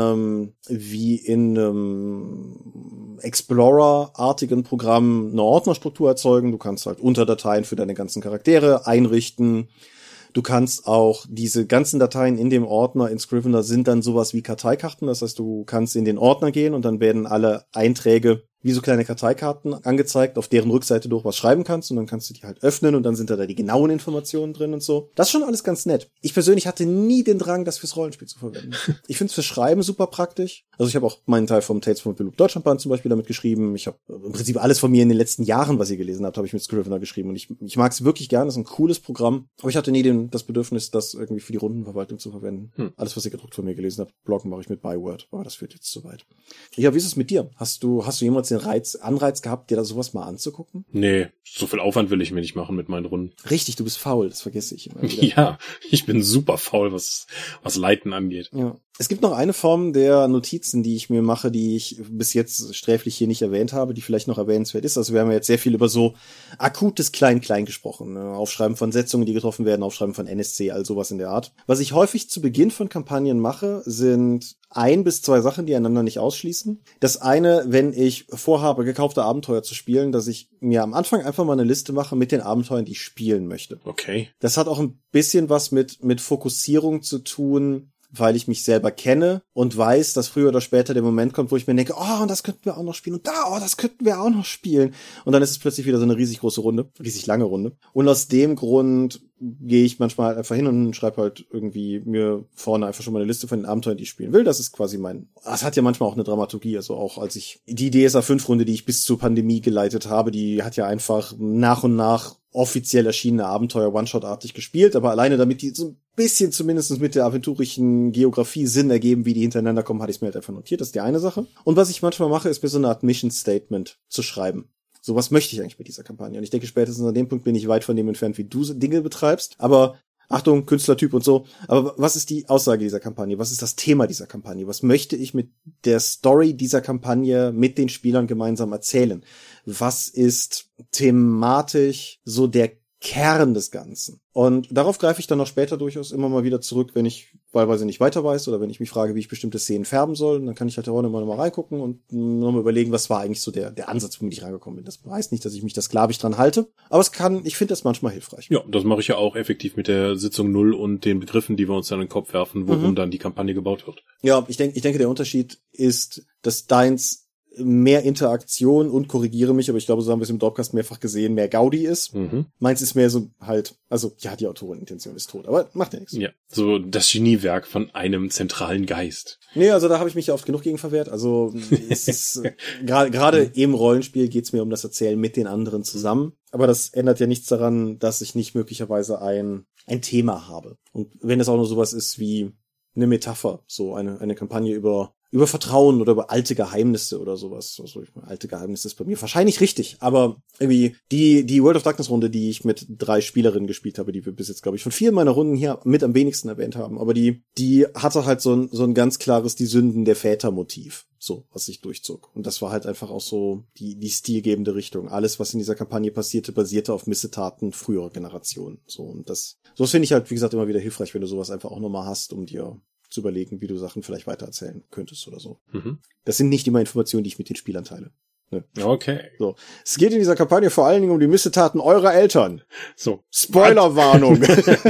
einem Explorer-artigen Programm eine Ordnerstruktur erzeugen. Du kannst halt Unterdateien für deine ganzen Charaktere einrichten. Du kannst auch diese ganzen Dateien in dem Ordner in Scrivener sind dann sowas wie Karteikarten. Das heißt, du kannst in den Ordner gehen und dann werden alle Einträge wie so kleine Karteikarten angezeigt, auf deren Rückseite du auch was schreiben kannst, und dann kannst du die halt öffnen und dann sind da die genauen Informationen drin und so. Das ist schon alles ganz nett. Ich persönlich hatte nie den Drang, das fürs Rollenspiel zu verwenden. Ich finde es fürs Schreiben super praktisch. Also ich habe auch meinen Teil vom Tales from the Loop Deutschlandband zum Beispiel damit geschrieben. Ich habe im Prinzip alles von mir in den letzten Jahren, was ihr gelesen habt, habe ich mit Scrivener geschrieben, und ich mag es wirklich gerne. Das ist ein cooles Programm. Aber ich hatte nie das Bedürfnis, das irgendwie für die Rundenverwaltung zu verwenden. Alles, was ihr gedruckt von mir gelesen habt, bloggen mache ich mit Byword. Aber das führt jetzt zu weit. Ja, wie ist es mit dir? Hast du jemals den Anreiz gehabt, dir da sowas mal anzugucken? Nee, so viel Aufwand will ich mir nicht machen mit meinen Runden. Richtig, du bist faul, das vergesse ich immer wieder. Ja, ich bin super faul, was Leiten angeht. Ja. Es gibt noch eine Form der Notizen, die ich mir mache, die ich bis jetzt sträflich hier nicht erwähnt habe, die vielleicht noch erwähnenswert ist. Also wir haben ja jetzt sehr viel über so akutes Klein-Klein gesprochen. Aufschreiben von Setzungen, die getroffen werden, Aufschreiben von NSC, all sowas in der Art. Was ich häufig zu Beginn von Kampagnen mache, sind 1 bis 2 Sachen, die einander nicht ausschließen. Das eine, wenn ich vorhabe, gekaufte Abenteuer zu spielen, dass ich mir am Anfang einfach mal eine Liste mache mit den Abenteuern, die ich spielen möchte. Okay. Das hat auch ein bisschen was mit Fokussierung zu tun, weil ich mich selber kenne und weiß, dass früher oder später der Moment kommt, wo ich mir denke, oh, und das könnten wir auch noch spielen, und das könnten wir auch noch spielen. Und dann ist es plötzlich wieder so eine riesig große Runde, riesig lange Runde. Und aus dem Grund gehe ich manchmal einfach hin und schreibe halt irgendwie mir vorne einfach schon mal eine Liste von den Abenteuern, die ich spielen will. Das ist quasi das hat ja manchmal auch eine Dramaturgie. Also auch als ich die DSA 5 Runde, die ich bis zur Pandemie geleitet habe, die hat ja einfach nach und nach offiziell erschienene Abenteuer One-Shot-artig gespielt, aber alleine damit die so ein bisschen zumindest mit der aventurischen Geografie Sinn ergeben, wie die hintereinander kommen, hatte ich es mir halt einfach notiert. Das ist die eine Sache. Und was ich manchmal mache, ist mir so eine Art Mission-Statement zu schreiben. So, was möchte ich eigentlich mit dieser Kampagne? Und ich denke, spätestens an dem Punkt bin ich weit von dem entfernt, wie du Dinge betreibst. Aber Achtung, Künstlertyp und so. Aber was ist die Aussage dieser Kampagne? Was ist das Thema dieser Kampagne? Was möchte ich mit der Story dieser Kampagne mit den Spielern gemeinsam erzählen? Was ist thematisch so der Kern des Ganzen? Und darauf greife ich dann noch später durchaus immer mal wieder zurück, wenn ich wahlweise nicht weiter weiß oder wenn ich mich frage, wie ich bestimmte Szenen färben soll. Und dann kann ich halt da auch nochmal reingucken und nochmal überlegen, was war eigentlich so der Ansatz, womit ich reingekommen bin. Das heißt nicht, dass ich mich da sklavisch dran halte, aber ich finde das manchmal hilfreich. Ja, das mache ich ja auch effektiv mit der Sitzung 0 und den Begriffen, die wir uns dann in den Kopf werfen, worum dann die Kampagne gebaut wird. Ja, ich denke, der Unterschied ist, dass deins mehr Interaktion und, korrigiere mich, aber ich glaube, so haben wir es im Dorpcast mehrfach gesehen, mehr Gaudi ist. Meins ist mehr so halt, also ja, die Autorenintention ist tot, aber macht ja nichts. Ja, so das Geniewerk von einem zentralen Geist. Nee, also da habe ich mich ja oft genug gegen verwehrt. Also es ist gerade im Rollenspiel geht's mir um das Erzählen mit den anderen zusammen. Aber das ändert ja nichts daran, dass ich nicht möglicherweise ein Thema habe. Und wenn es auch nur sowas ist wie eine Metapher, so eine Kampagne über Vertrauen oder über alte Geheimnisse oder sowas. Also alte Geheimnisse ist bei mir wahrscheinlich richtig, aber irgendwie die World of Darkness Runde, die ich mit 3 Spielerinnen gespielt habe, die wir bis jetzt, glaube ich, von 4 meiner Runden hier mit am wenigsten erwähnt haben, aber die hatte halt so ein ganz klares die Sünden der Väter Motiv, so, was sich durchzog. Und das war halt einfach auch so die stilgebende Richtung. Alles, was in dieser Kampagne passierte, basierte auf Missetaten früherer Generationen. So, und das finde ich halt, wie gesagt, immer wieder hilfreich, wenn du sowas einfach auch nochmal hast, um dir zu überlegen, wie du Sachen vielleicht weitererzählen könntest oder so. Das sind nicht immer Informationen, die ich mit den Spielern teile. Ne? Okay. So. Es geht in dieser Kampagne vor allen Dingen um die Missetaten eurer Eltern. So. Spoilerwarnung.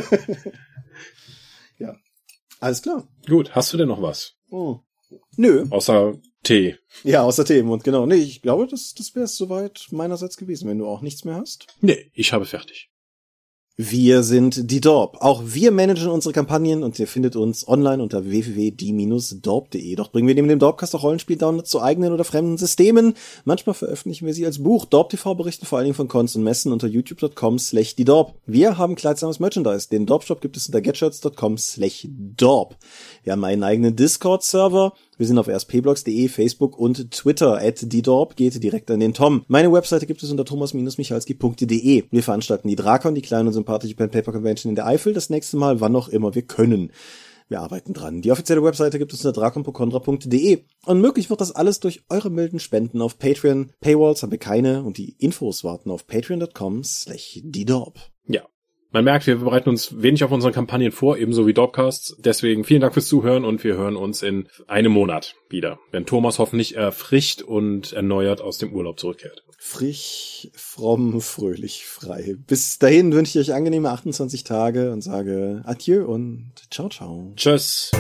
Ja. Alles klar. Gut, hast du denn noch was? Nö. Außer Tee. Ja, außer Themen genau. Nee, ich glaube, das wäre es soweit meinerseits gewesen, wenn du auch nichts mehr hast. Nee, ich habe fertig. Wir sind die Dorp. Auch wir managen unsere Kampagnen und ihr findet uns online unter www.die-dorp.de. Dort bringen wir neben dem Dorpcast auch Rollenspiel-Downloads zu eigenen oder fremden Systemen. Manchmal veröffentlichen wir sie als Buch. Dorp TV berichten vor allen Dingen von Cons und Messen unter youtube.com/die-dorp. Wir haben kleidsames Merchandise. Den Dorp-Shop gibt es unter getshirts.com/dorp. Wir haben einen eigenen Discord-Server. Wir sind auf rspblogs.de, Facebook und Twitter. @die-dorp geht direkt an den Tom. Meine Webseite gibt es unter thomas-michalski.de. Wir veranstalten die Drakon, die kleine und sympathische Pen-Paper-Convention in der Eifel, das nächste Mal, wann auch immer wir können. Wir arbeiten dran. Die offizielle Webseite gibt es unter drakon.condra.de. Und möglich wird das alles durch eure milden Spenden auf Patreon. Paywalls haben wir keine und die Infos warten auf patreon.com/die-dorp. Ja. Man merkt, wir bereiten uns wenig auf unseren Kampagnen vor, ebenso wie Dorpcasts. Deswegen vielen Dank fürs Zuhören und wir hören uns in einem Monat wieder, wenn Thomas hoffentlich erfrischt und erneuert aus dem Urlaub zurückkehrt. Frisch, fromm, fröhlich, frei. Bis dahin wünsche ich euch angenehme 28 Tage und sage Adieu und ciao, ciao. Tschüss.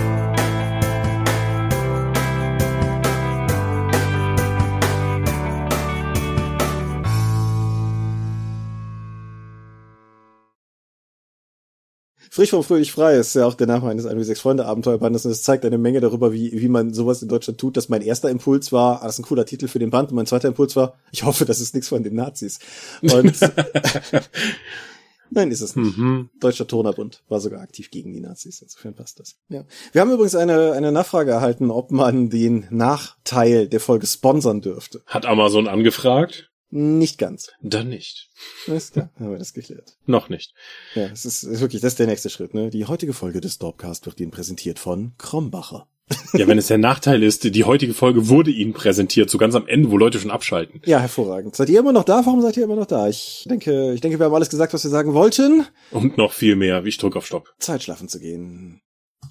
Frisch vom Fröhlich frei ist ja auch der Name eines 1W6-Freunde-Abenteuerbandes und es zeigt eine Menge darüber, wie man sowas in Deutschland tut, dass mein erster Impuls war, das ist ein cooler Titel für den Band und mein zweiter Impuls war, ich hoffe, das ist nichts von den Nazis. Und nein, ist es nicht. Deutscher Turnerbund war sogar aktiv gegen die Nazis, insofern passt das. Ja. Wir haben übrigens eine Nachfrage erhalten, ob man den Nachteil der Folge sponsern dürfte. Hat Amazon angefragt? Nicht ganz. Dann nicht. Alles klar, haben wir das geklärt. Noch nicht. Ja, es ist wirklich, das ist der nächste Schritt, ne? Die heutige Folge des Dorpcast wird Ihnen präsentiert von Krombacher. Ja, wenn es der Nachteil ist, die heutige Folge wurde Ihnen präsentiert, so ganz am Ende, wo Leute schon abschalten. Ja, hervorragend. Seid ihr immer noch da? Warum seid ihr immer noch da? Ich denke, wir haben alles gesagt, was wir sagen wollten. Und noch viel mehr. Ich drücke auf Stopp. Zeit, schlafen zu gehen.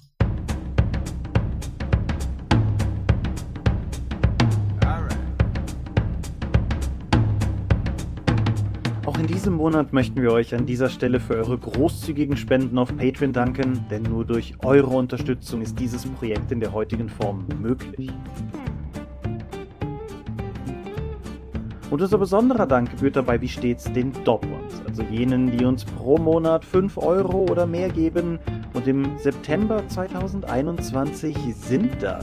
Auch in diesem Monat möchten wir euch an dieser Stelle für eure großzügigen Spenden auf Patreon danken, denn nur durch eure Unterstützung ist dieses Projekt in der heutigen Form möglich. Und unser besonderer Dank gebührt dabei wie stets den Dorpons, also jenen, die uns pro Monat 5 Euro oder mehr geben. Und im September 2021 sind das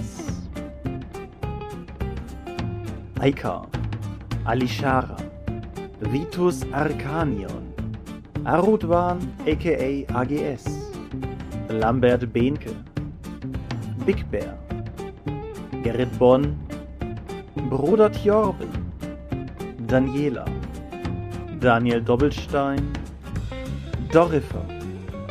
Aika, Alishara, Vitus Arcanion, Arudwan aka AGS, Lambert Behnke, Big Bear, Gerrit Bonn, Bruder Tjorben, Daniela, Daniel Doppelstein, Dorifer,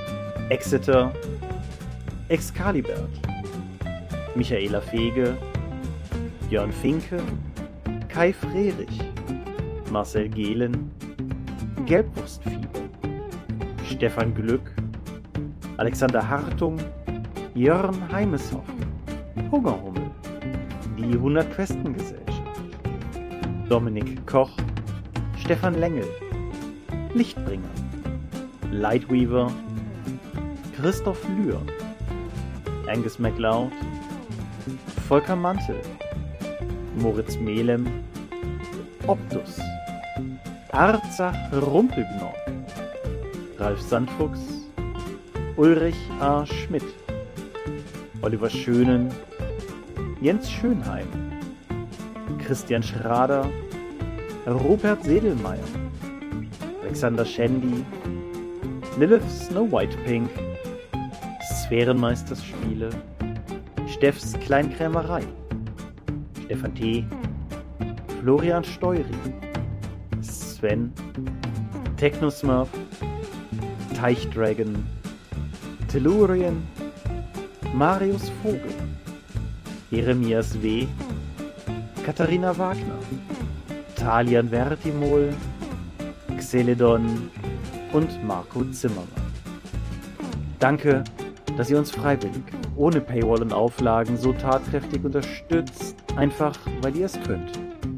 Exeter, Excalibert, Michaela Fege, Jörn Finke, Kai Frerich, Marcel Gehlen, Gelbwurstfieber, Stefan Glück, Alexander Hartung, Jörn Heimeshoff, Hungerhummel, die 100-Questen-Gesellschaft, Dominik Koch, Stefan Lengel, Lichtbringer, Lightweaver, Christoph Lühr, Angus MacLeod, Volker Mantel, Moritz Melem, Optus, Arzach Rumpelgnork, Ralf Sandfuchs, Ulrich A. Schmidt, Oliver Schönen, Jens Schönheim, Christian Schrader, Rupert Sedelmeier, Alexander Schendi, Lilith Snow White Pink, Sphärenmeisterspiele, Steffs Kleinkrämerei, Stefan T., Florian Steury, Sven, Technosmurf, Teichdragon, Tellurien, Marius Vogel, Jeremias W., Katharina Wagner, Talian Vertimol, Xeledon und Marco Zimmermann. Danke, dass ihr uns freiwillig, ohne Paywall und Auflagen so tatkräftig unterstützt, einfach weil ihr es könnt.